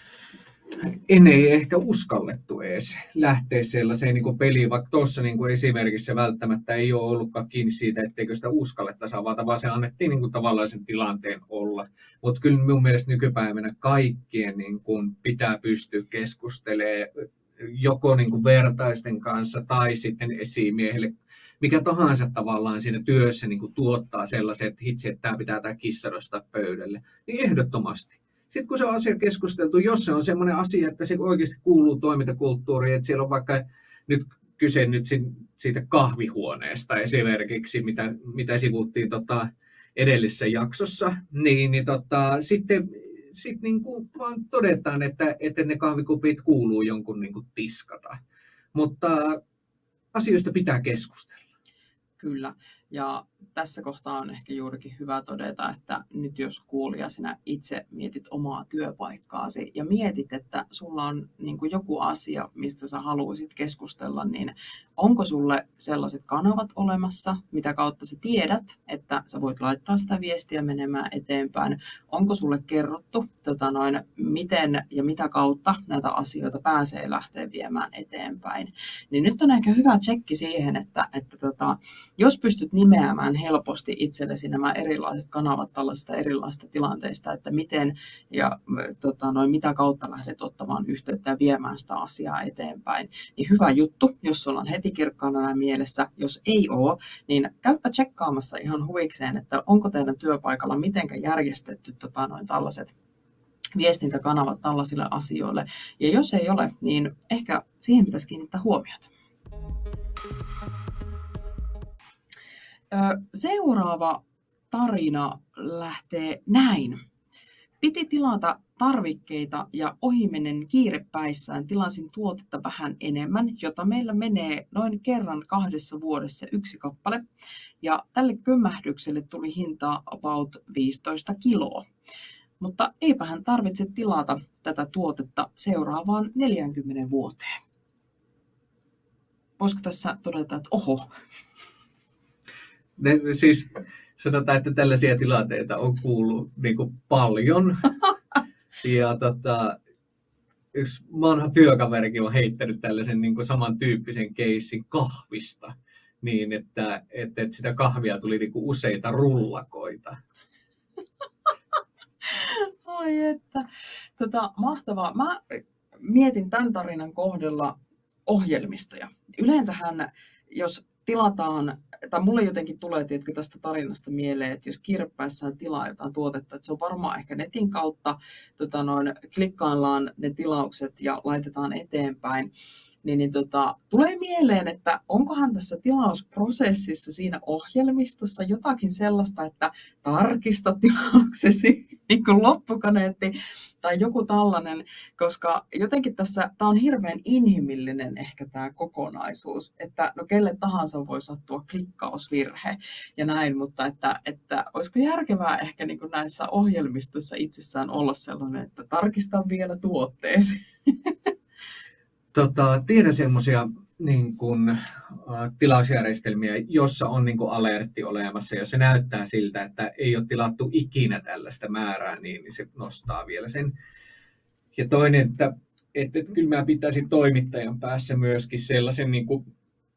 Ei ehkä uskallettu edes lähteä sellaiseen niin peliin, vaikka tuossa niin esimerkissä välttämättä ei ole ollutkaan kiinni siitä, etteikö sitä uskallettaisi avata, vaan se annettiin niin kuin tavallaan sen tilanteen olla. Mutta kyllä minun mielestä nykypäivänä kaikkien niin kuin pitää pystyä keskustelemaan joko niin kuin vertaisten kanssa tai sitten esimiehelle. Mikä tahansa tavallaan siinä työssä niin kuin tuottaa sellaiset, että hitsi, että tämä kissa nostaa pöydälle, niin ehdottomasti. Sitten kun se on asia keskusteltu, jos se on semmoinen asia, että se oikeasti kuuluu toimintakulttuuriin, että siellä on vaikka nyt kyse nyt siitä kahvihuoneesta esimerkiksi, mitä sivuttiin edellisessä jaksossa, niin sitten niin kuin vaan todetaan, että ne kahvikupit kuuluu jonkun niin kuin tiskata. Mutta asioista pitää keskustella. Kyllä. Ja tässä kohtaa on ehkä juurikin hyvä todeta, että nyt jos kuulija sinä itse mietit omaa työpaikkaasi ja mietit, että sulla on niin kuin joku asia, mistä sä haluaisit keskustella, niin onko sulle sellaiset kanavat olemassa, mitä kautta sä tiedät, että sä voit laittaa sitä viestiä menemään eteenpäin? Onko sulle kerrottu, miten ja mitä kautta näitä asioita pääsee lähteä viemään eteenpäin? Niin nyt on ehkä hyvä tsekki siihen, että jos pystyt nimeämään helposti itsellesi nämä erilaiset kanavat tällaisista erilaisista tilanteista, että miten ja mitä kautta lähdet ottamaan yhteyttä ja viemään sitä asiaa eteenpäin, niin hyvä juttu, jos sulla on heti kirkkaana nämä mielessä. Jos ei ole, niin käypä tsekkaamassa ihan huvikseen, että onko teidän työpaikalla mitenkä järjestetty tällaiset viestintäkanavat tällaisille asioille. Ja jos ei ole, niin ehkä siihen pitäisi kiinnittää huomiota. Seuraava tarina lähtee näin. Piti tilata tarvikkeita ja ohimennen kiirepäissään tilasin tuotetta vähän enemmän, jota meillä menee noin kerran 2 vuodessa 1 kappale. Ja tälle kömmähdykselle tuli hintaa about 15 kiloa. mutta eipä hän tarvitse tilata tätä tuotetta seuraavaan 40 vuoteen. Voisiko tässä todeta, että oho? Siis sanotaan, että tällaisia tilanteita on kuullut niin kuin paljon. Ja yksi vanha työkaverikin on heittänyt tällaisen niin kuin samantyyppisen keissin kahvista, niin että sitä kahvia tuli niin kuin useita rullakoita. Ai että. Mahtavaa. Mä mietin tämän tarinan kohdalla ohjelmistoja. Yleensähän, jos tilataan, tai mulle jotenkin tulee tiedätkö, tästä tarinasta mieleen, että jos kirppäissään tilaa jotain tuotetta, että se on varmaan ehkä netin kautta, klikkaillaan ne tilaukset ja laitetaan eteenpäin, niin tulee mieleen, että onkohan tässä tilausprosessissa siinä ohjelmistossa jotakin sellaista, että tarkista tilauksesi, niin kuin loppukaneetti tai joku tällainen, koska jotenkin tämä on hirveän inhimillinen ehkä tämä kokonaisuus, että no kelle tahansa voi sattua klikkausvirhe ja näin, mutta että olisiko järkevää ehkä niin kuin näissä ohjelmistoissa itsessään olla sellainen, että tarkista vielä tuotteesi. Tiedän semmoisia niin kuin, tilausjärjestelmiä, jossa on niin kuin alertti olemassa. Jos se näyttää siltä, että ei ole tilattu ikinä tällaista määrää, niin se nostaa vielä sen. Ja toinen, että kyllä mä pitäisin toimittajan päässä myöskin sellaisen niin kuin,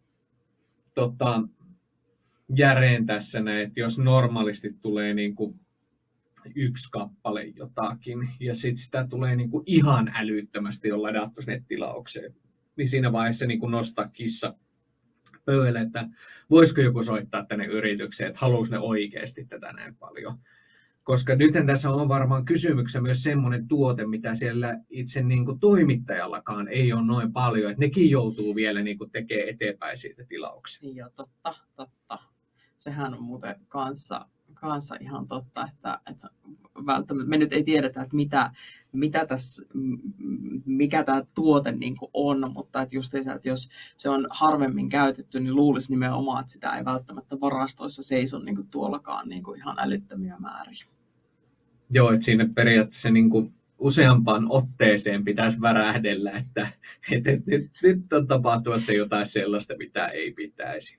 järeen tässä näin, että jos normaalisti tulee niin kuin yksi kappale jotakin, ja sitten sitä tulee niinku ihan älyttömästi on ladattu sinne tilaukseen, niin siinä vaiheessa niinku nostaa kissa pöydälle, että voisiko joku soittaa tänne yritykseen, että haluaisi ne oikeasti tätä näin paljon. Koska nythän tässä on varmaan kysymyksessä myös semmoinen tuote, mitä siellä itse niinku toimittajallakaan ei ole noin paljon, että nekin joutuu vielä niinku tekemään eteenpäin siitä tilauksia. Joo, totta. Sehän on muuten kanssa ihan totta, että välttämättä me nyt ei tiedetä, että mikä tämä tuote niin kuin on, mutta että justiinsa, että jos se on harvemmin käytetty, niin luulisi nimenomaan, että sitä ei välttämättä varastoissa seiso niin kuin tuollakaan niin kuin ihan älyttömiä määriä. Joo, että siinä periaatteessa niin kuin useampaan otteeseen pitäisi värähdellä, että nyt on tapahtumassa jotain sellaista, mitä ei pitäisi.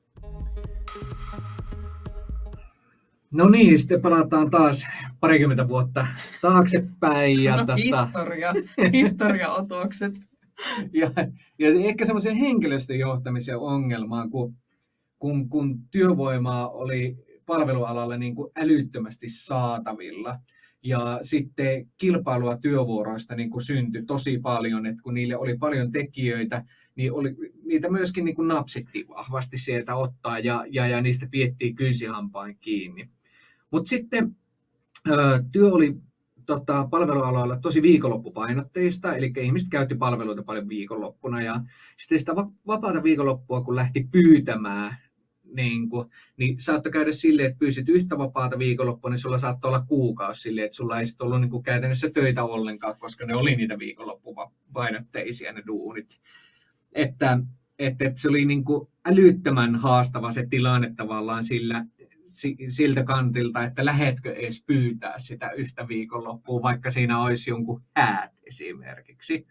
No niin, sitten palataan taas 20 vuotta taaksepäin. Ja historiaotokset. ja ehkä semmoisen henkilöstön johtamisen ongelmaan, kun työvoimaa oli palvelualalla niin kuin älyttömästi saatavilla. Ja sitten kilpailua työvuoroista niin kuin syntyi tosi paljon, että kun niille oli paljon tekijöitä, niin niitä myöskin niin kuin napsittiin vahvasti sieltä ottaa ja niistä piettiin kynsihampain kiinni. Mutta sitten työ oli palvelualoilla tosi viikonloppupainotteista, eli ihmiset käytti palveluita paljon viikonloppuna. Ja sitten sitä vapaata viikonloppua, kun lähti pyytämään, niin saattoi käydä silleen, että pyysit yhtä vapaata viikonloppua, niin sulla saattoi olla kuukausi silleen, että sulla ei ollut niin kuin käytännössä töitä ollenkaan, koska ne oli niitä viikonloppupainotteisia ne duunit. Että se oli niin kuin älyttömän haastava se tilanne tavallaan siltä kantilta, että lähetkö edes pyytää sitä yhtä viikonloppua, vaikka siinä olisi jonkun häät esimerkiksi.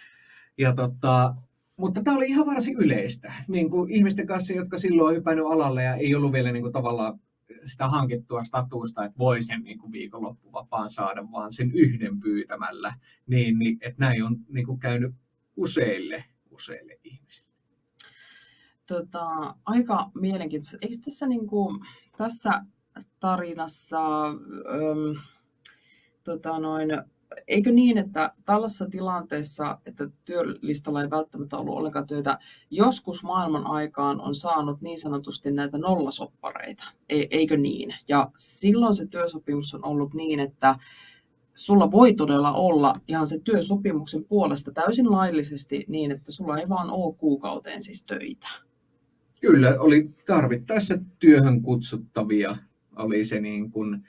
Mutta tämä oli ihan varsin yleistä. Niin kuin ihmisten kanssa, jotka silloin on hypännyt alalle ja ei ollut vielä niin kuin tavallaan sitä hankittua statusta, että voi sen niin kuin viikonloppuvapaan saada vaan sen yhden pyytämällä, niin että näin on niin kuin käynyt useille ihmisille. Aika mielenkiintoista. Eikö tässä, niin kuin, tässä tarinassa, eikö niin, että tällaisessa tilanteessa, että työlistalla ei välttämättä ollut ollenkaan työtä, joskus maailman aikaan on saanut niin sanotusti näitä nollasoppareita, eikö niin? Ja silloin se työsopimus on ollut niin, että sulla voi todella olla ihan se työsopimuksen puolesta täysin laillisesti niin, että sulla ei vaan ole kuukauteen siis töitä. Kyllä, oli tarvittaessa työhön kutsuttavia, oli se niin kuin,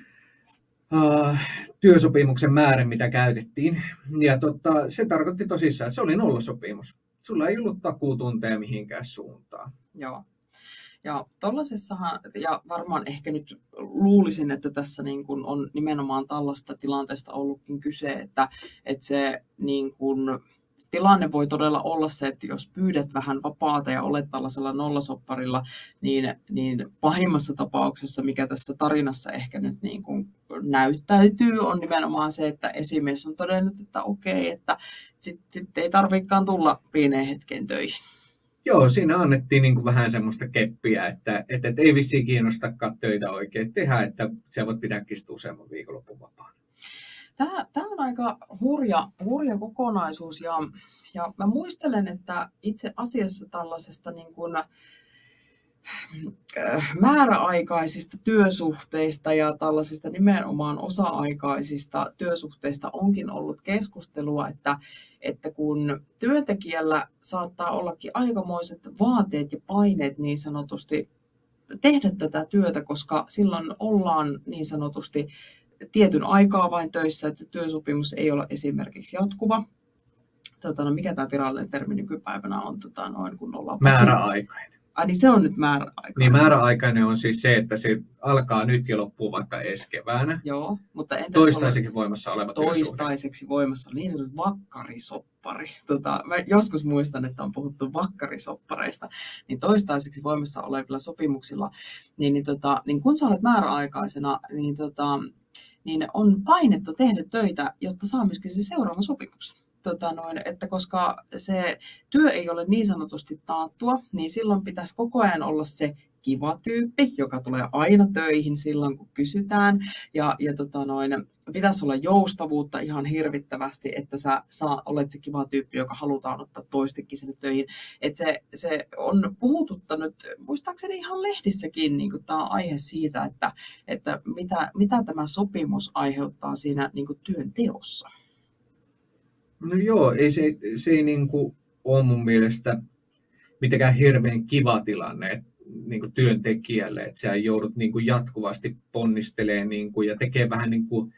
työsopimuksen määrä, mitä käytettiin. Ja se tarkoitti tosissaan, että se oli nollasopimus. Sulla ei ollut takuutunteja mihinkään suuntaan. Joo. Ja tollasessahan, ja varmaan ehkä nyt luulisin, että tässä niin kuin on nimenomaan tällaista tilanteesta ollutkin kyse, että se niin kuin, tilanne voi todella olla se, että jos pyydät vähän vapaata ja olet tällaisella nollasopparilla, niin pahimmassa tapauksessa, mikä tässä tarinassa ehkä nyt niin kuin näyttäytyy, on nimenomaan se, että esimies on todennut, että okei, että sitten ei tarvitsekaan tulla pieneen hetken töihin. Joo, siinä annettiin niin kuin vähän semmoista keppiä, että ei vissiin kiinnostakaan töitä oikein tehdä, että sä voit pitääkin sitä useamman viikonlopun vapaana. Tämä on aika hurja kokonaisuus ja mä muistelen, että itse asiassa tällaisesta niin kuin, määräaikaisista työsuhteista ja tällaisista nimenomaan osa-aikaisista työsuhteista onkin ollut keskustelua, että kun työntekijällä saattaa ollakin aikamoiset vaateet ja paineet niin sanotusti tehdä tätä työtä, koska silloin ollaan niin sanotusti tietyn aikaa vain töissä, että se työsopimus ei ole esimerkiksi jatkuva. Mikä tämä virallinen termi nykypäivänä on? Noin kun ollaan määräaikainen. Niin se on nyt määräaikainen. Niin määräaikainen on siis se, että se alkaa nyt ja loppuu vaikka ensi keväänä. Joo, mutta entäs toistaiseksi voimassa oleva työsuhde? Toistaiseksi voimassa niin sanottu vakkarisoppari. Mä joskus muistan, että on puhuttu vakkarisoppareista, niin toistaiseksi voimassa olevilla sopimuksilla, niin kun sä olet määräaikaisena, niin on painetta tehdä töitä, jotta saa myöskin se seuraava sopimus. Että koska se työ ei ole niin sanotusti taattua, niin silloin pitäisi koko ajan olla se kiva tyyppi, joka tulee aina töihin silloin, kun kysytään. Ja pitäisi olla joustavuutta ihan hirvittävästi, että sä olet se kiva tyyppi, joka halutaan ottaa toistekin sinne töihin. Että se on puhututtanut, muistaakseni ihan lehdissäkin niin tämä aihe siitä, että mitä tämä sopimus aiheuttaa siinä niin työn teossa. No joo, se ei niin kuin ole mun mielestä mitenkään hirveän kiva tilanne niin kuin työntekijälle, että sä joudut niin kuin jatkuvasti ponnistelemaan niin kuin, ja tekee vähän niin kuin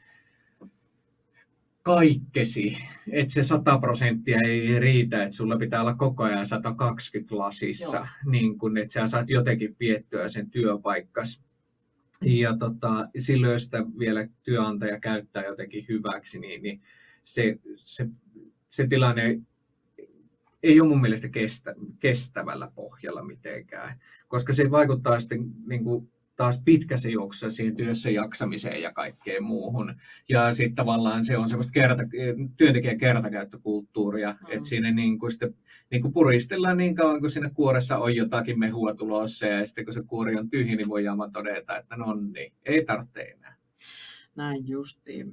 kaikkesi, että se 100% ei riitä, että sulla pitää olla koko ajan 120 lasissa, niin kuin, että sä saat jotenkin piettyä sen työpaikkas. Ja silloin, jos sitä vielä työnantaja käyttää jotenkin hyväksi, niin se tilanne ei ole mun mielestä kestävällä pohjalla mitenkään, koska se vaikuttaa sitten niin kuin taas pitkässä juoksussa siihen työssä jaksamiseen ja kaikkeen muuhun. Ja sitten tavallaan se on semmoista työntekijän kertakäyttökulttuuria, että siinä niin kuin sitten, niin kuin puristellaan niin kauan, kun siinä kuoressa on jotakin mehua tulossa, ja sitten kun se kuori on tyhjä, niin voidaan todeta, että no niin, ei tarvitse enää. Näin justiin.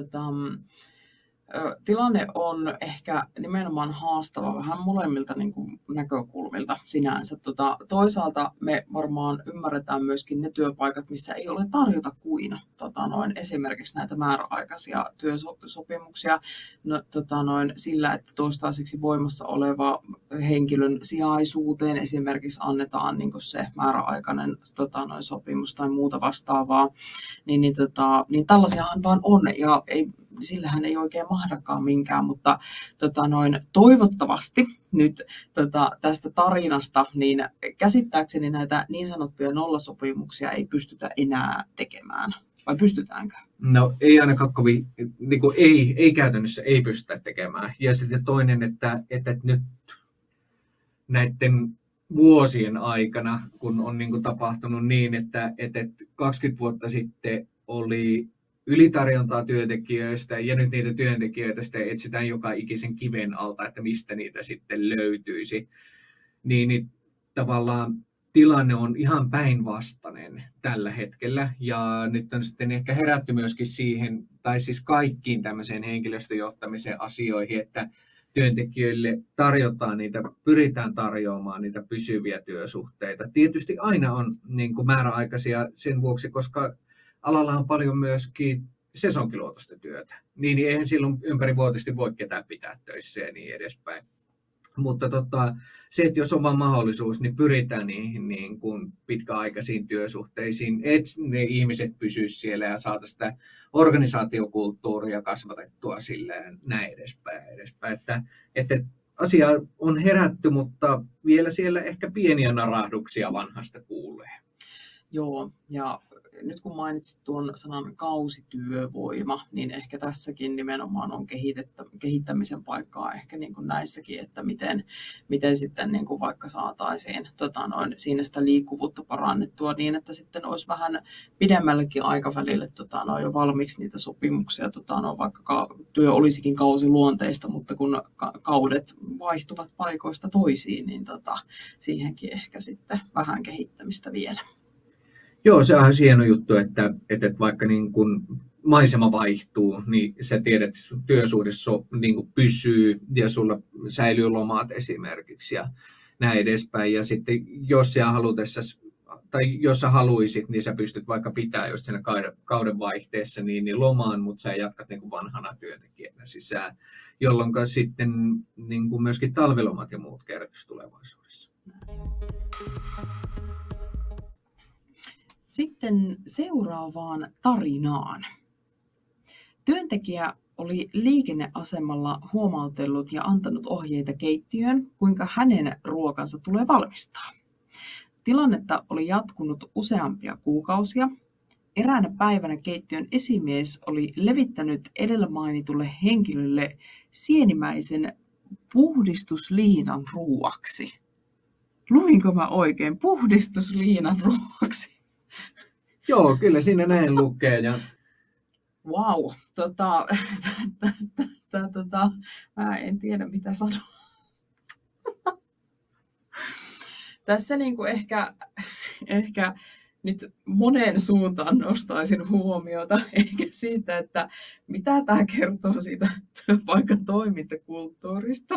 Tilanne on ehkä nimenomaan haastava vähän molemmilta niin kuin näkökulmilta sinänsä. Toisaalta me varmaan ymmärretään myöskin ne työpaikat, missä ei ole tarjota kuin esimerkiksi näitä määräaikaisia työsopimuksia sillä, että toistaiseksi voimassa oleva henkilön sijaisuuteen esimerkiksi annetaan niin kuin se määräaikainen sopimus tai muuta vastaavaa. Niin tällaisiahan vaan on ja sillähän ei oikein mahdakaan minkään, mutta toivottavasti nyt tästä tarinasta, niin käsittääkseni näitä niin sanottuja nollasopimuksia ei pystytä enää tekemään. Vai pystytäänkö? No ei ainakaan niin kuin ei käytännössä ei pystytä tekemään. Ja sitten toinen, että nyt näiden vuosien aikana, kun on niin kuin tapahtunut niin, että 20 vuotta sitten oli ylitarjontaa työntekijöistä ja nyt niitä työntekijöitä sitten etsitään joka ikisen kiven alta, että mistä niitä sitten löytyisi, niin tavallaan tilanne on ihan päinvastainen tällä hetkellä ja nyt on sitten ehkä herätty myöskin siihen, tai siis kaikkiin tämmöiseen henkilöstöjohtamisen asioihin, että työntekijöille pyritään tarjoamaan niitä pysyviä työsuhteita. Tietysti aina on niin kuin määräaikaisia sen vuoksi, koska alalla on paljon myöskin sesonkiluotoista työtä. Niin eihän silloin ympärivuotisesti voi ketään pitää töissä ja niin edespäin. Mutta se, että jos on vaan mahdollisuus, niin pyritään niihin niin kuin pitkäaikaisiin työsuhteisiin, että ne ihmiset pysyisivät siellä ja saataisiin sitä organisaatiokulttuuria kasvatettua silleen näin edespäin. Että asia on herätty, mutta vielä siellä ehkä pieniä narahduksia vanhasta kuuluu. Joo, ja nyt kun mainitsit tuon sanan kausityövoima, niin ehkä tässäkin nimenomaan on kehittämisen paikkaa ehkä niin kuin näissäkin, että miten sitten niin kuin vaikka saataisiin siinä sitä liikkuvuutta parannettua niin, että sitten olisi vähän pidemmällekin aikavälille jo valmiiksi niitä sopimuksia, vaikka työ olisikin kausiluonteista, mutta kun kaudet vaihtuvat paikoista toisiin, niin siihenkin ehkä sitten vähän kehittämistä vielä. Joo, se on hieno juttu, että vaikka niin kun maisema vaihtuu, niin sä tiedät, että sun työsuhde niin kun pysyy ja sulla säilyy lomat esimerkiksi ja näin edespäin. Ja sitten jos sä haluisit, niin sä pystyt vaikka pitää just siinä kauden vaihteessa niin lomaan, mutta sä jatkat niin kuin vanhana työntekijänä sisään, jolloin sitten niin kuin myöskin talvilomat ja muut kertyisi tulevaisuudessa. Sitten seuraavaan tarinaan. Työntekijä oli liikenneasemalla huomautellut ja antanut ohjeita keittiöön, kuinka hänen ruokansa tulee valmistaa. Tilannetta oli jatkunut useampia kuukausia. Eräänä päivänä keittiön esimies oli levittänyt edellä mainitulle henkilölle sienimäisen puhdistusliinan ruuaksi. Luinko mä oikein? Puhdistusliinan ruuaksi. Joo, kyllä siinä näin lukee. Ja... Wow, mä en tiedä mitä sanoa. Tässä niin kuin ehkä nyt monen suuntaan nostaisin huomiota, eikä siitä, että mitä tämä kertoo siitä työpaikan toimintakulttuurista.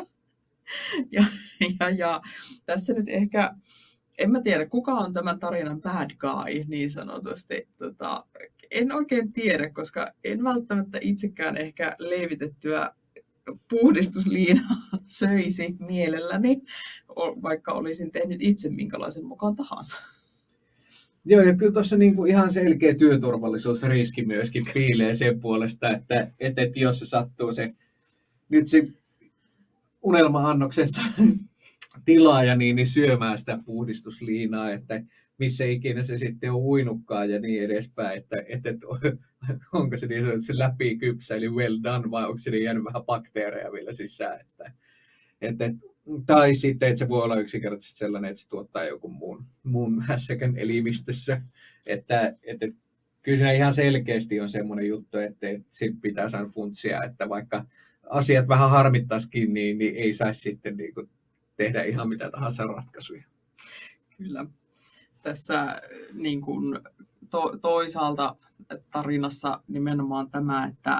Ja tässä nyt ehkä, en mä tiedä, kuka on tämän tarinan bad guy niin sanotusti. En oikein tiedä, koska en välttämättä itsekään ehkä leivitettyä puhdistusliinaa söisi mielelläni, vaikka olisin tehnyt itse minkälaisen mukaan tahansa. Joo, ja kyllä tuossa niinku ihan selkeä työturvallisuusriski myöskin piilee sen puolesta, että jos se sattuu se unelma-annoksensa tilaaja niin syömään sitä puhdistusliinaa, että missä ikinä se sitten on uinutkaan ja niin edespäin, että onko se niin sanotusti läpi kypsä, eli well done, vai onko se jäänyt vähän bakteereja vielä sisään. Tai sitten, että se voi olla yksinkertaisesti sellainen, että se tuottaa joku muun hässäkän elimistössä. Että kyllä siinä ihan selkeästi on semmoinen juttu, että sitten pitää saada funtsia, että vaikka asiat vähän harmittaisikin, niin ei saisi sitten niin kuin tehdä ihan mitä tahansa ratkaisuja. Kyllä. Tässä niin kuin toisaalta tarinassa nimenomaan tämä, että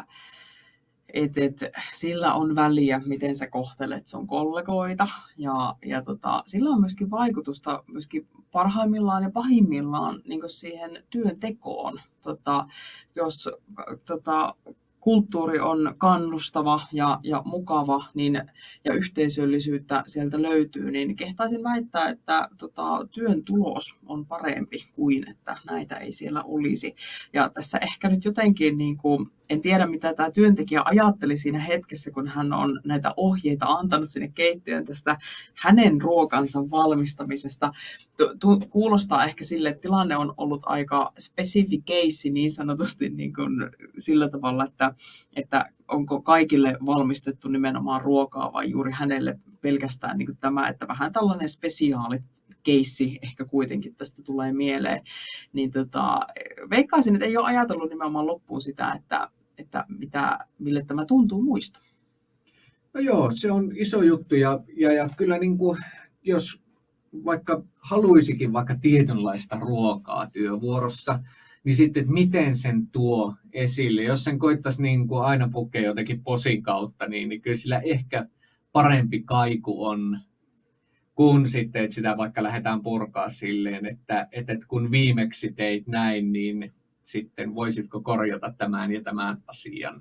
sillä on väliä, miten sä kohtelet sun kollegoita. Ja sillä on myöskin vaikutusta myöskin parhaimmillaan ja pahimmillaan niin kuin siihen työntekoon. Jos kulttuuri on kannustava ja mukava ja yhteisöllisyyttä sieltä löytyy, niin kehtaisin väittää, että työn tulos on parempi kuin että näitä ei siellä olisi. Ja tässä ehkä nyt jotenkin, niin kuin, en tiedä mitä tämä työntekijä ajatteli siinä hetkessä, kun hän on näitä ohjeita antanut sinne keittiöön tästä hänen ruokansa valmistamisesta. Kuulostaa ehkä sille, että tilanne on ollut aika spesifi case niin sanotusti niin kuin sillä tavalla, että onko kaikille valmistettu nimenomaan ruokaa vai juuri hänelle pelkästään niin kuin tämä, että vähän tällainen spesiaali keissi ehkä kuitenkin tästä tulee mieleen. Niin veikkaisin, että ei ole ajatellut nimenomaan loppuun sitä, että mille tämä tuntuu muista. No joo, se on iso juttu ja kyllä niin kuin, jos vaikka haluisikin vaikka tietynlaista ruokaa työvuorossa, niin sitten, että miten sen tuo esille. Jos sen koittaisi niin kuin aina pukea jotenkin posin kautta, niin kyllä sillä ehkä parempi kaiku on, kun sitten, että sitä vaikka lähdetään purkaa silleen, että kun viimeksi teit näin, niin sitten voisitko korjata tämän ja tämän asian.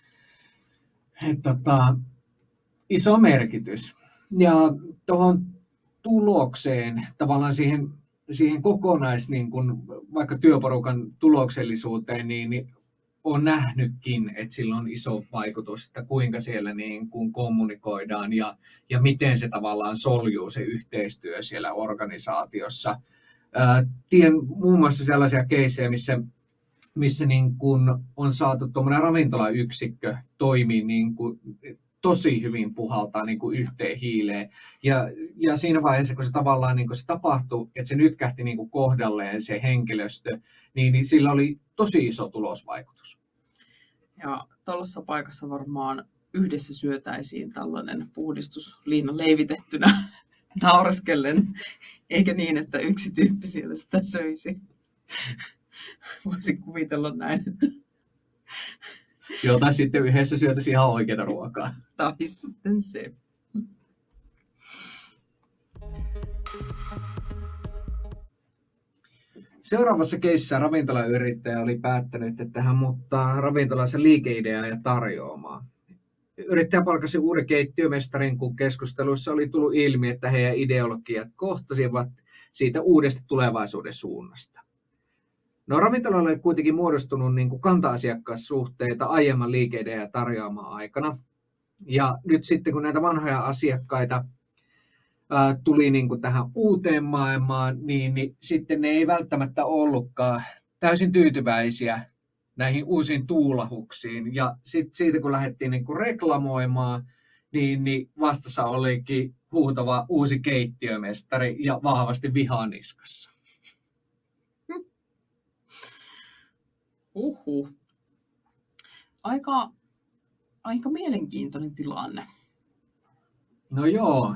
Iso merkitys. Ja tuohon tulokseen, tavallaan siihen niin kun, vaikka työporukan tuloksellisuuteen, niin on nähnytkin, että sillä on iso vaikutus, että kuinka siellä niin kun kommunikoidaan ja miten se tavallaan soljuu se yhteistyö siellä organisaatiossa. Tiedän muun muassa sellaisia keissejä, missä niin kun on saatu tuommoinen ravintolayksikkö toimii niin kuin tosi hyvin puhaltaa niin kuin yhteen hiileen. Ja siinä vaiheessa, kun se tavallaan niin kuin se tapahtui, että se nytkähti niin kuin kohdalleen se henkilöstö, niin sillä oli tosi iso tulosvaikutus. Ja tuollaisessa paikassa varmaan yhdessä syötäisiin tällainen puhdistusliina leivitettynä naureskellen, eikä niin, että yksi tyyppi siellä sitä söisi. Voisin kuvitella näin, että... Jota sitten yhdessä syötäisiin ihan oikeaa ruokaa. Tai sitten se. Seuraavassa keississä ravintolayrittäjä oli päättänyt, että hän muuttaa ravintolansa liikeideaa ja tarjoamaa. Yrittäjä palkasi uuden keittiömestarin, kun keskusteluissa oli tullut ilmi, että heidän ideologiat kohtasivat siitä uudesta tulevaisuuden suunnasta. No, ravintolalle oli kuitenkin muodostunut niin kuin kanta-asiakassuhteita aiemman liikeideen ja tarjoamaan aikana. Ja nyt sitten, kun näitä vanhoja asiakkaita tuli niin kuin tähän uuteen maailmaan, niin sitten ne ei välttämättä ollutkaan täysin tyytyväisiä näihin uusiin tuulahuksiin. Ja sitten siitä, kun lähdettiin niin kuin reklamoimaan, niin vastassa olikin huutava uusi keittiömestari ja vahvasti vihaniskassa. Aika mielenkiintoinen tilanne. No joo,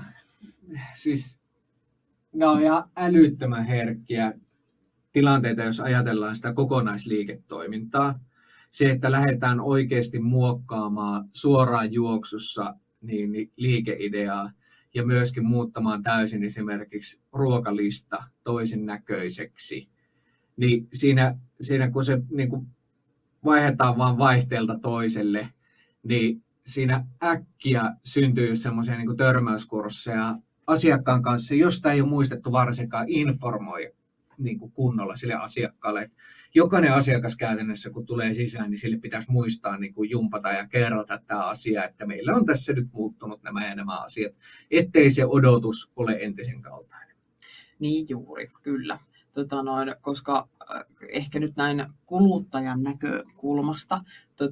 siis ne on ihan älyttömän herkkiä tilanteita, jos ajatellaan sitä kokonaisliiketoimintaa. Se, että lähdetään oikeasti muokkaamaan suoraan juoksussa niin liikeideaa ja myöskin muuttamaan täysin esimerkiksi ruokalista toisen näköiseksi, niin siinä kun se niin kuin vaihdetaan vaan vaihteelta toiselle, niin siinä äkkiä syntyy semmoisia niin kuin törmäyskursseja asiakkaan kanssa, josta ei ole muistettu varsinkaan informoi niin kuin kunnolla sille asiakkaalle. Jokainen asiakas käytännössä, kun tulee sisään, niin sille pitäisi muistaa niin kuin jumpata ja kerrata tämä asia, että meillä on tässä nyt muuttunut nämä ja nämä asiat, ettei se odotus ole entisen kaltainen. Niin juuri, kyllä. Koska ehkä nyt näin kuluttajan näkökulmasta,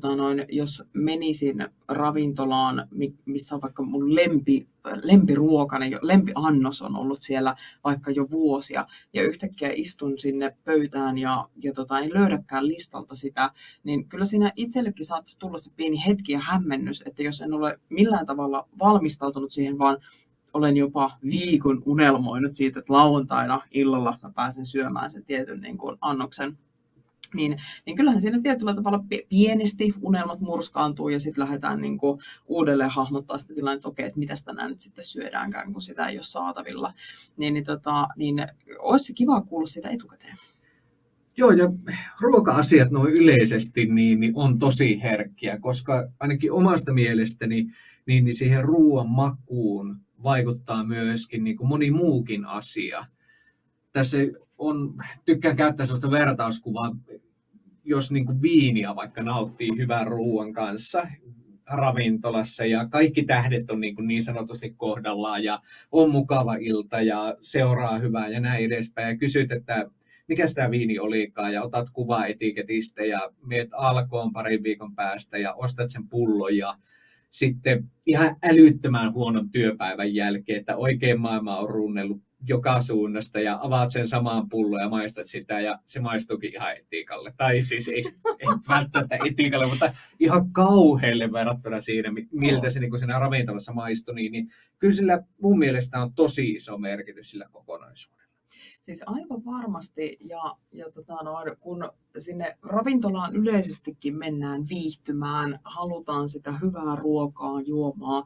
jos menisin ravintolaan, missä on vaikka mun lempiruokani, lempiannos on ollut siellä vaikka jo vuosia, ja yhtäkkiä istun sinne pöytään ja en löydäkään listalta sitä, niin kyllä siinä itsellekin saattaisi tulla se pieni hetki ja hämmennys, että jos en ole millään tavalla valmistautunut siihen, vaan olen jopa viikon unelmoinut siitä, että lauantaina illalla mä pääsen syömään sen tietyn niin kuin annoksen. Niin kyllähän siinä tietyllä tavalla pienesti unelmat murskaantuu ja sitten lähdetään niin kuin uudelleen hahmottaa sitä tilannetta, että okei, että mitäs tänään nyt sitten syödäänkään, kun sitä ei ole saatavilla. Niin olisi kiva kuulla sitä etukäteen. Joo, ja ruoka-asiat noin yleisesti niin on tosi herkkiä, koska ainakin omasta mielestäni niin siihen ruoan makuun vaikuttaa myöskin niin kuin moni muukin asia. Tässä tykkään käyttää sellaista vertauskuvaa, jos niin kuin viiniä vaikka nauttii hyvän ruoan kanssa ravintolassa ja kaikki tähdet on niin sanotusti kohdallaan ja on mukava ilta ja seuraa hyvää ja näin edespäin ja kysyt, että mikä tämä viini olikaan ja otat kuvaa etiketistä ja meet Alkoon parin viikon päästä ja ostat sen pullon ja sitten ihan älyttömän huonon työpäivän jälkeen, että oikein maailma on runnellut joka suunnasta ja avaat sen samaan pullon ja maistat sitä ja se maistuukin ihan etikalle. Tai siis ei välttämättä etikalle, mutta ihan kauhealle verrattuna siinä, miltä se niin siinä ravintolassa maistui. Niin kyllä sillä mun mielestä on tosi iso merkitys sillä kokonaisuudella. Siis aivan varmasti, kun sinne ravintolaan yleisestikin mennään viihtymään, halutaan sitä hyvää ruokaa, juomaa,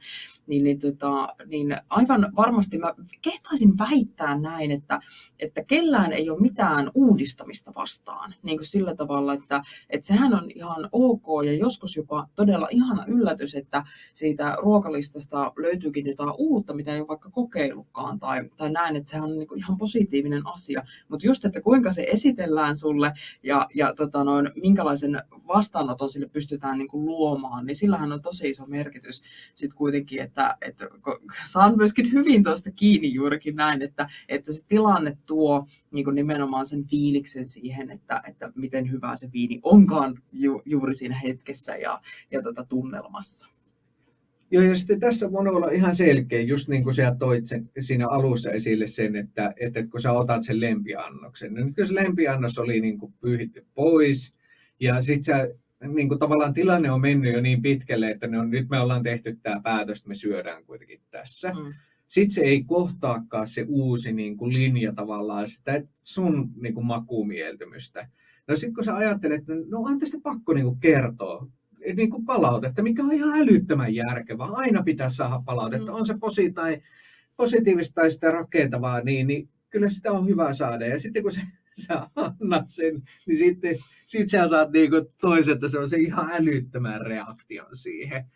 niin aivan varmasti mä kehtaisin väittää näin, että kellään ei ole mitään uudistamista vastaan. Niin kuin sillä tavalla, että sehän on ihan ok ja joskus jopa todella ihana yllätys, että siitä ruokalistasta löytyykin jotain uutta, mitä ei ole vaikka kokeillutkaan tai näin, että sehän on niin kuin ihan positiivista positiivinen asia. Mutta just, että kuinka se esitellään sulle ja minkälaisen vastaanoton sille pystytään niin kuin luomaan, niin sillähän on tosi iso merkitys sitten kuitenkin, että saan myöskin hyvin tuosta kiinni juurikin näin, että se tilanne tuo niin kuin nimenomaan sen fiiliksen siihen, että miten hyvä se viini onkaan juuri siinä hetkessä ja tunnelmassa. Joo, ja sitten tässä voi olla ihan selkeä, just niin kuin sä toit siinä alussa esille sen, että kun sä otat sen lempiannoksen. No nyt kun se lempiannos oli niin kuin pyyhitty pois, ja sitten niin kuin tavallaan tilanne on mennyt jo niin pitkälle, että nyt me ollaan tehty tämä päätös, että me syödään kuitenkin tässä. Sitten se ei kohtaakaan se uusi niin kuin linja tavallaan sitä sun niin kuin makumieltymystä. No sitten kun sä ajattelet, että no on tästä pakko niin kuin kertoa, niin kuin palautetta, mikä on ihan älyttömän järkevää. Aina pitää saada palautetta. On se positiivista tai sitä rakentavaa, niin kyllä sitä on hyvä saada. Ja sitten kun sä annat sen, niin sitten sä saat niin kuin toiselta se ihan älyttömän reaktion siihen.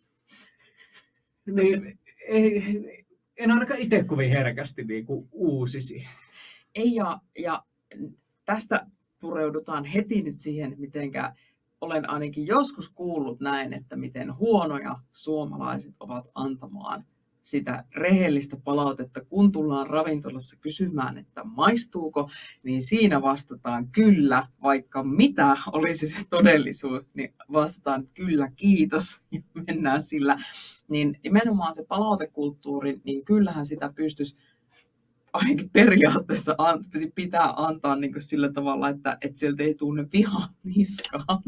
Niin, en ainakaan itse kovin herkästi niin kuin uusisi. Ei, ja tästä pureudutaan heti nyt siihen, mitenkä olen ainakin joskus kuullut näin, että miten huonoja suomalaiset ovat antamaan sitä rehellistä palautetta, kun tullaan ravintolassa kysymään, että maistuuko, niin siinä vastataan kyllä, vaikka mitä olisi se todellisuus, niin vastataan kyllä, kiitos, ja mennään sillä. Niin nimenomaan se palautekulttuuri, niin kyllähän sitä pystyisi ainakin periaatteessa pitää antaa niin kuin sillä tavalla, että sieltä ei tunne vihaa niskaan.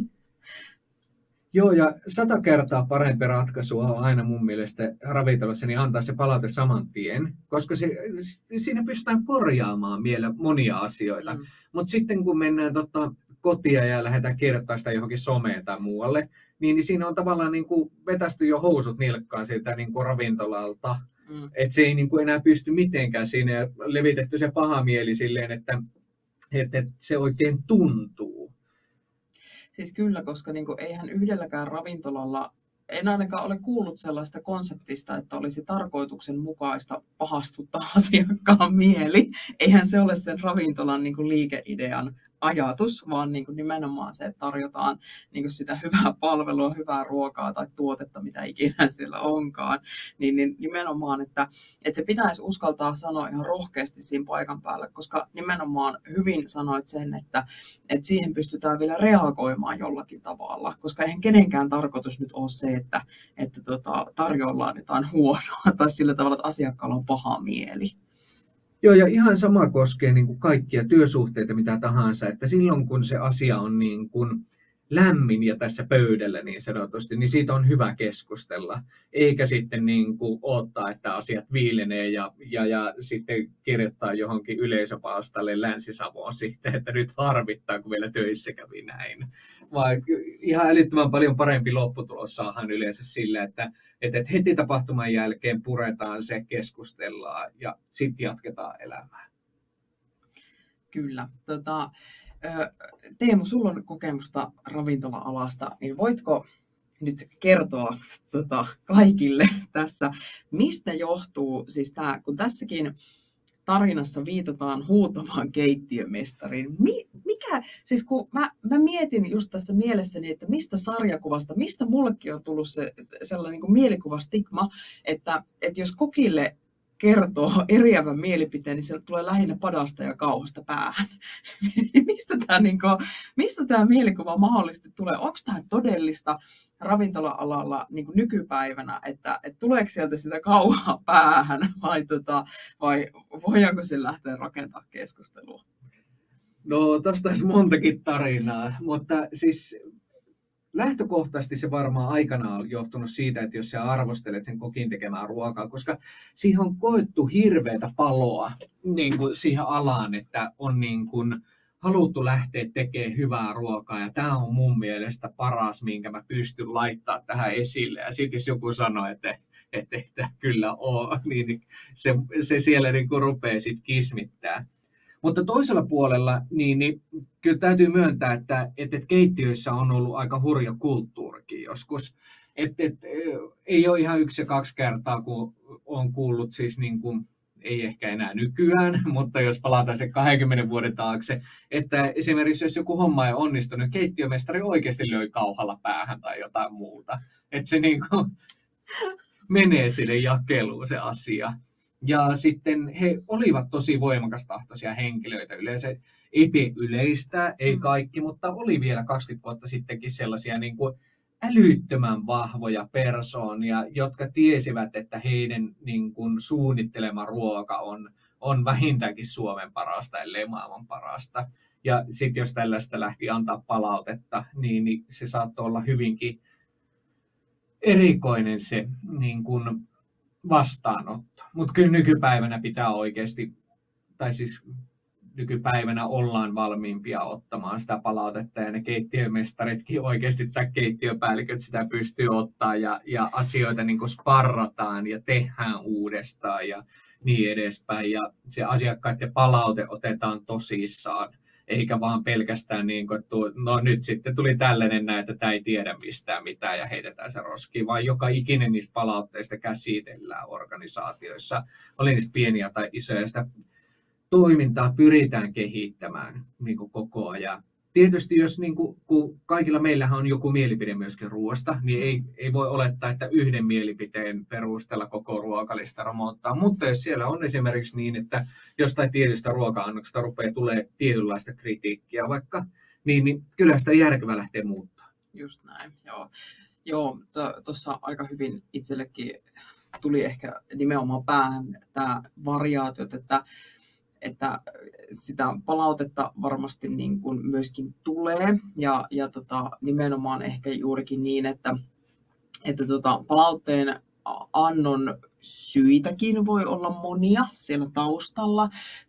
Joo, ja 100 kertaa parempi ratkaisu on aina mun mielestä ravintolassa niin antaa se palaute saman tien, koska siinä pystytään korjaamaan vielä monia asioita. Mutta sitten kun mennään kotia ja lähdetään kirjoittamaan sitä johonkin someen tai muualle, niin siinä on tavallaan niin kuin vetästy jo housut nilkkaan siltä niin kuin ravintolalta. Että se ei niin kuin enää pysty mitenkään siinä ja levitetty se paha mieli silleen, että se oikein tuntuu. Siis kyllä, koska niin kuin, eihän yhdelläkään ravintolalla, en ainakaan ole kuullut sellaista konseptista, että olisi tarkoituksenmukaista pahastuttaa asiakkaan mieli. Eihän se ole sen ravintolan niin kuin liikeidean ajatus, vaan niin kuin nimenomaan se, että tarjotaan niin kuin sitä hyvää palvelua, hyvää ruokaa tai tuotetta, mitä ikinä siellä onkaan. Niin nimenomaan, että se pitäisi uskaltaa sanoa ihan rohkeasti siinä paikan päällä, koska nimenomaan hyvin sanoit sen, että siihen pystytään vielä reagoimaan jollakin tavalla, koska eihän kenenkään tarkoitus nyt ole se, että tarjollaan jotain huonoa tai sillä tavalla, että asiakkaalla on paha mieli. Joo, ja ihan sama koskee niin kuin kaikkia työsuhteita, mitä tahansa, että silloin kun se asia on niin kuin lämmin ja tässä pöydällä niin sanotusti, niin siitä on hyvä keskustella, eikä sitten niin kuin odottaa, että asiat viilenee ja sitten kirjoittaa johonkin yleisöpalstalle Länsi-Savoon sitten, että nyt harvittaa, kun vielä töissä kävi näin. Vaan ihan älyttömän paljon parempi lopputulos saadaan yleensä sillä, että heti tapahtuman jälkeen puretaan se, keskustellaan ja sitten jatketaan elämää. Kyllä. Teemu, sulla on kokemusta ravintola-alasta, niin voitko nyt kertoa kaikille tässä, mistä johtuu siis tämä, kun tässäkin tarinassa viitataan huutavaan keittiömestariin. Siis kun mä mietin just tässä mielessäni, että mistä sarjakuvasta, mistä mullekin on tullut sellainen niin kuin mielikuvastigma, että jos kokille kertoo eriävän mielipiteen, niin sieltä tulee lähinnä padasta ja kauhasta päähän. Mistä tämä mielikuva mahdollisesti tulee? Onko tämä todellista ravintola-alalla niin kuin nykypäivänä, että tuleeko sieltä sitä kauhaa päähän vai voidaanko sen lähteä rakentamaan keskustelua? No, tästä olisi montakin tarinaa, mutta siis lähtökohtaisesti se varmaan aikanaan on johtunut siitä, että jos sä arvostelet sen kokin tekemään ruokaa, koska siihen on koettu hirveätä paloa niin kuin siihen alaan, että on niin kuin haluttu lähteä tekemään hyvää ruokaa ja tämä on mun mielestä paras, minkä mä pystyn laittaa tähän esille. Ja sitten jos joku sanoo, että ei tämä kyllä ole, niin se siellä niin kuin rupeaa sitten kismittää. Mutta toisella puolella niin kyllä täytyy myöntää, että keittiöissä on ollut aika hurja kulttuurikin joskus. Ei ole ihan 1 ja 2 kertaa, kun olen kuullut siis niin kuin ei ehkä enää nykyään, mutta jos palataan sen 20 vuoden taakse, että esimerkiksi jos joku homma ei onnistunut, keittiömestari oikeasti löi kauhalla päähän tai jotain muuta. Että se niin kuin menee sille jakeluun se asia. Ja sitten he olivat tosi voimakastahtoisia henkilöitä. Yleensä ei yleistää, ei kaikki, mutta oli vielä 20 vuotta sittenkin sellaisia niin kuin älyttömän vahvoja persoonia, jotka tiesivät, että heidän niin kuin suunnittelema ruoka on vähintäänkin Suomen parasta, ellei maailman parasta. Ja sitten jos tällaista lähti antaa palautetta, niin se saattoi olla hyvinkin erikoinen se niin kuin vastaanotto. Mutta kyllä nykypäivänä pitää oikeasti, tai siis nykypäivänä ollaan valmiimpia ottamaan sitä palautetta ja ne keittiömestaritkin oikeasti tai keittiöpäälliköt sitä pystyy ottaa ja asioita niin kuin sparrataan ja tehdään uudestaan ja niin edespäin. Ja se asiakkaiden palaute otetaan tosissaan, eikä vaan pelkästään niin kuin, että no nyt sitten tuli tällainen näin, että tämä ei tiedä mistään mitään ja heitetään se roskiin, vaan joka ikinen niistä palautteista käsitellään organisaatioissa, oli niistä pieniä tai isoja, sitä toimintaa pyritään kehittämään niin kuin koko ajan. Tietysti jos niin kuin, kun kaikilla meillähän on joku mielipide myöskin ruoasta, niin ei voi olettaa, että yhden mielipiteen perusteella koko ruokalista romottaa. Mutta jos siellä on esimerkiksi niin, että jostain tietystä ruoka-annoksesta rupeaa tulee tietynlaista kritiikkiä vaikka, niin kyllä sitä järkevää lähtee muuttaa. Just näin, joo. Tuossa aika hyvin itsellekin tuli ehkä nimenomaan päähän tämä variaatiot, että sitä palautetta varmasti niin kuin myöskin tulee ja nimenomaan ehkä juurikin niin, että palautteen annon syitäkin voi olla monia siellä taustalla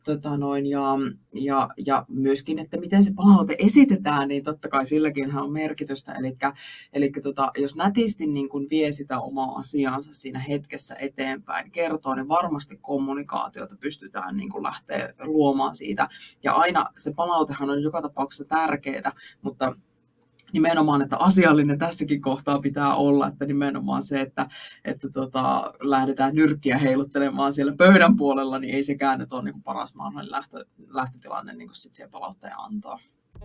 ja myöskin, että miten se palaute esitetään, niin totta kai silläkin on merkitystä. Eli jos nätisti niin kun vie sitä omaa asiaansa siinä hetkessä eteenpäin, kertoo, niin varmasti kommunikaatiota pystytään niin kun lähteä luomaan siitä. Ja aina se palautehan on joka tapauksessa tärkeää, mutta nimenomaan, että asiallinen tässäkin kohtaa pitää olla, että nimenomaan se, että lähdetään nyrkkiä heiluttelemaan siellä pöydän puolella, niin ei sekään nyt ole niin kuin paras mahdollinen lähtötilanne niin kuin sit siihen palautteen antaa.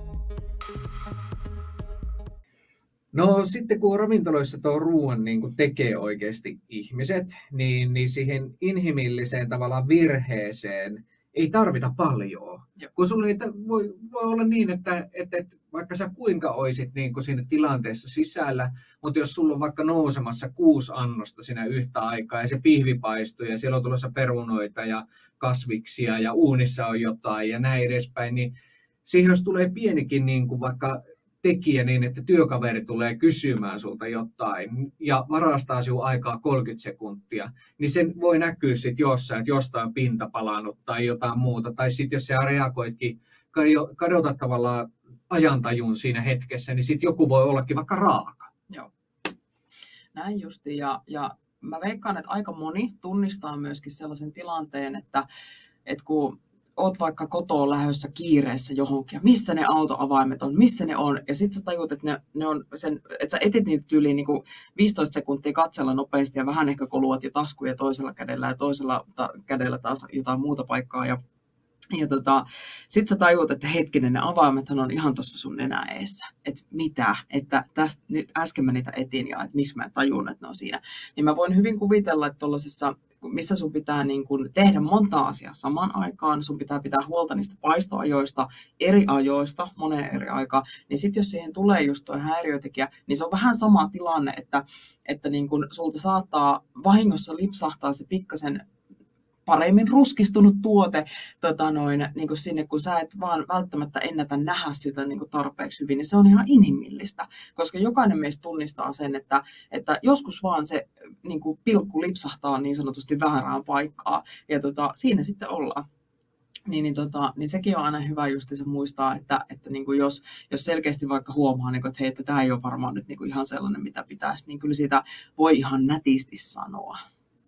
No sitten kun ravintoloissa tuo ruoan niin kuin tekee oikeasti ihmiset, niin siihen inhimilliseen tavallaan virheeseen ei tarvita paljon. Kun sulla ei voi olla niin, että vaikka sä kuinka oisit niin kuin siinä tilanteessa sisällä, mutta jos sulla on vaikka nousemassa 6 annosta siinä yhtä aikaa ja se pihvi paistuu ja siellä on tulossa perunoita ja kasviksia ja uunissa on jotain ja näin edespäin, niin siihen jos tulee pienikin niin kuin vaikka tekijä niin, että työkaveri tulee kysymään sulta jotain ja varastaa sinun aikaa 30 sekuntia, niin sen voi näkyä sitten jossain, että jostain on pinta palannut tai jotain muuta. Tai sitten jos sä reagoitkin, kadota tavallaan ajantajun siinä hetkessä, niin sitten joku voi ollakin vaikka raaka. Joo, näin justi. Ja mä veikkaan, että aika moni tunnistaa myöskin sellaisen tilanteen, että kun oot vaikka kotoa lähdössä kiireessä johonkin, ja missä ne autoavaimet on, missä ne on, ja sit sä tajut, että ne on että sä etit niitä tyyliin niin kuin 15 sekuntia katsella nopeasti, ja vähän ehkä koluat jo taskuja toisella kädellä, ja toisella kädellä taas jotain muuta paikkaa, ja sit sä tajut, että hetkinen, ne avaimethan on ihan tuossa sun nenä eessä, että mitä, että tästä nyt äsken mä niitä etin, ja että miksi mä tajun, että ne on siinä, niin mä voin hyvin kuvitella, että tuollaisessa missä sun pitää niin kun tehdä monta asiaa samaan aikaan, sun pitää huolta niistä paistoajoista, eri ajoista, moneen eri aikaan, niin sitten jos siihen tulee just tuo häiriötekijä, niin se on vähän sama tilanne, että niin kun sulta saattaa vahingossa lipsahtaa se pikkasen paremmin ruskistunut tuote niin kuin sinne, kun sä et vaan välttämättä ennätä nähdä sitä niin kuin tarpeeksi hyvin, niin se on ihan inhimillistä, koska jokainen meistä tunnistaa sen, että joskus vaan se niin kuin pilkku lipsahtaa niin sanotusti väärään paikkaan, ja siinä sitten ollaan. Niin sekin on aina hyvä just se muistaa, että niin kuin jos selkeästi vaikka huomaa, niin kuin, että hei, että tämä ei ole varmaan nyt niin kuin ihan sellainen, mitä pitäisi, niin kyllä sitä voi ihan nätisti sanoa.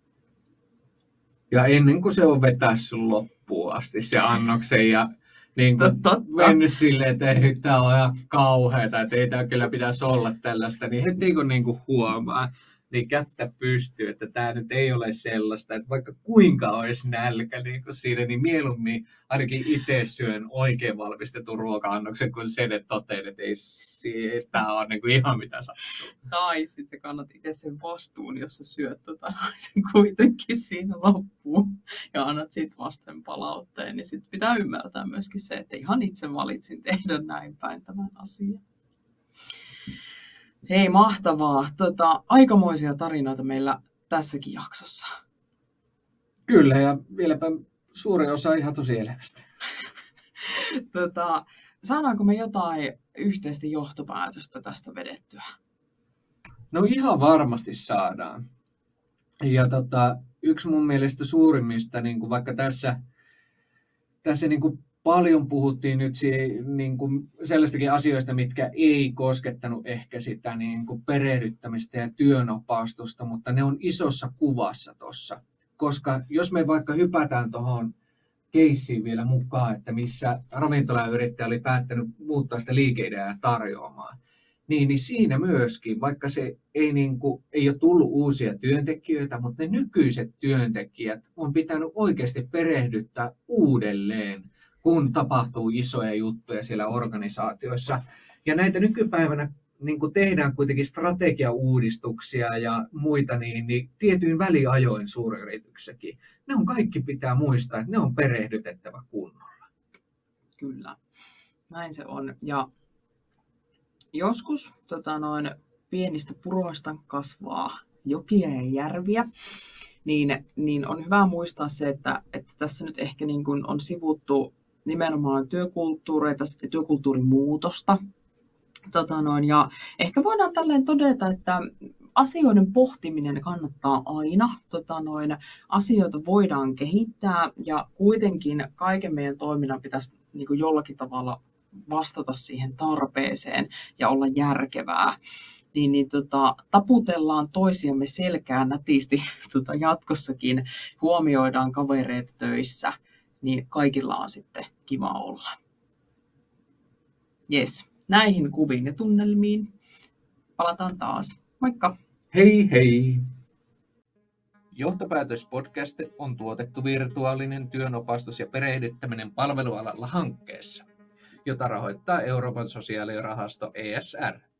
Ja ennen kuin se on vetänyt loppuun asti se annoksen ja niin mennyt silleen, että ei, tämä on ihan kauheata, että ei tämä kyllä pitäisi olla tällaista, niin heti kun niin kuin huomaa, niin kättä pystyy, että tämä nyt ei ole sellaista, että vaikka kuinka olisi nälkä niin kuin siinä, niin mieluummin ainakin itse syön oikein valmistetun ruoka-annoksen, kun sen, että totean, että ei tämä ole niin kuin ihan mitä sattuu. Tai sitten sä kannat itse sen vastuun, jos sä syöt sen kuitenkin siinä loppuun ja annat sitten vasten palautteen, niin sitten pitää ymmärtää myöskin se, että ihan itse valitsin tehdä näin päin tämän asian. Hei, mahtavaa. Aikamoisia tarinoita meillä tässäkin jaksossa. Kyllä, ja vieläpä suurin osa ihan tosi elävästä. Saadaanko me jotain yhteisesti johtopäätöstä tästä vedettyä? No ihan varmasti saadaan. Ja yksi mun mielestä suurimmista, niin kuin vaikka tässä niin kuin paljon puhuttiin nyt niin kuin sellaistakin asioista, mitkä ei koskettanut ehkä sitä niin kuin perehdyttämistä ja työnopastusta, mutta ne on isossa kuvassa tuossa. Koska jos me vaikka hypätään tuohon keissiin vielä mukaan, että missä ravintolayrittäjä oli päättänyt muuttaa sitä liikeideaa tarjoamaan, niin siinä myöskin, vaikka se ei ole tullut uusia työntekijöitä, mutta ne nykyiset työntekijät on pitänyt oikeasti perehdyttää uudelleen, kun tapahtuu isoja juttuja siellä organisaatioissa. Ja näitä nykypäivänä niin kuin tehdään kuitenkin strategiauudistuksia ja muita, niin tietyin väliajoin suuryrityksessäkin. Ne on kaikki pitää muistaa, että ne on perehdytettävä kunnolla. Kyllä, näin se on. Ja joskus pienistä puroista kasvaa jokia ja järviä, niin on hyvä muistaa se, että tässä nyt ehkä niin kuin on sivuttu nimenomaan työkulttuureita ja työkulttuurin muutosta. Ja ehkä voidaan tälleen todeta, että asioiden pohtiminen kannattaa aina. Asioita voidaan kehittää ja kuitenkin kaiken meidän toiminnan pitäisi niin kuin jollakin tavalla vastata siihen tarpeeseen ja olla järkevää. Taputellaan toisiamme selkään nätisti jatkossakin, huomioidaan kavereita töissä, niin kaikilla on sitten kiva olla. Jes, näihin kuviin ja tunnelmiin palataan taas. Moikka! Hei hei! Johtopäätöspodcast on tuotettu virtuaalinen työnopastus ja perehdyttäminen palvelualalla hankkeessa, jota rahoittaa Euroopan sosiaalirahasto ESR.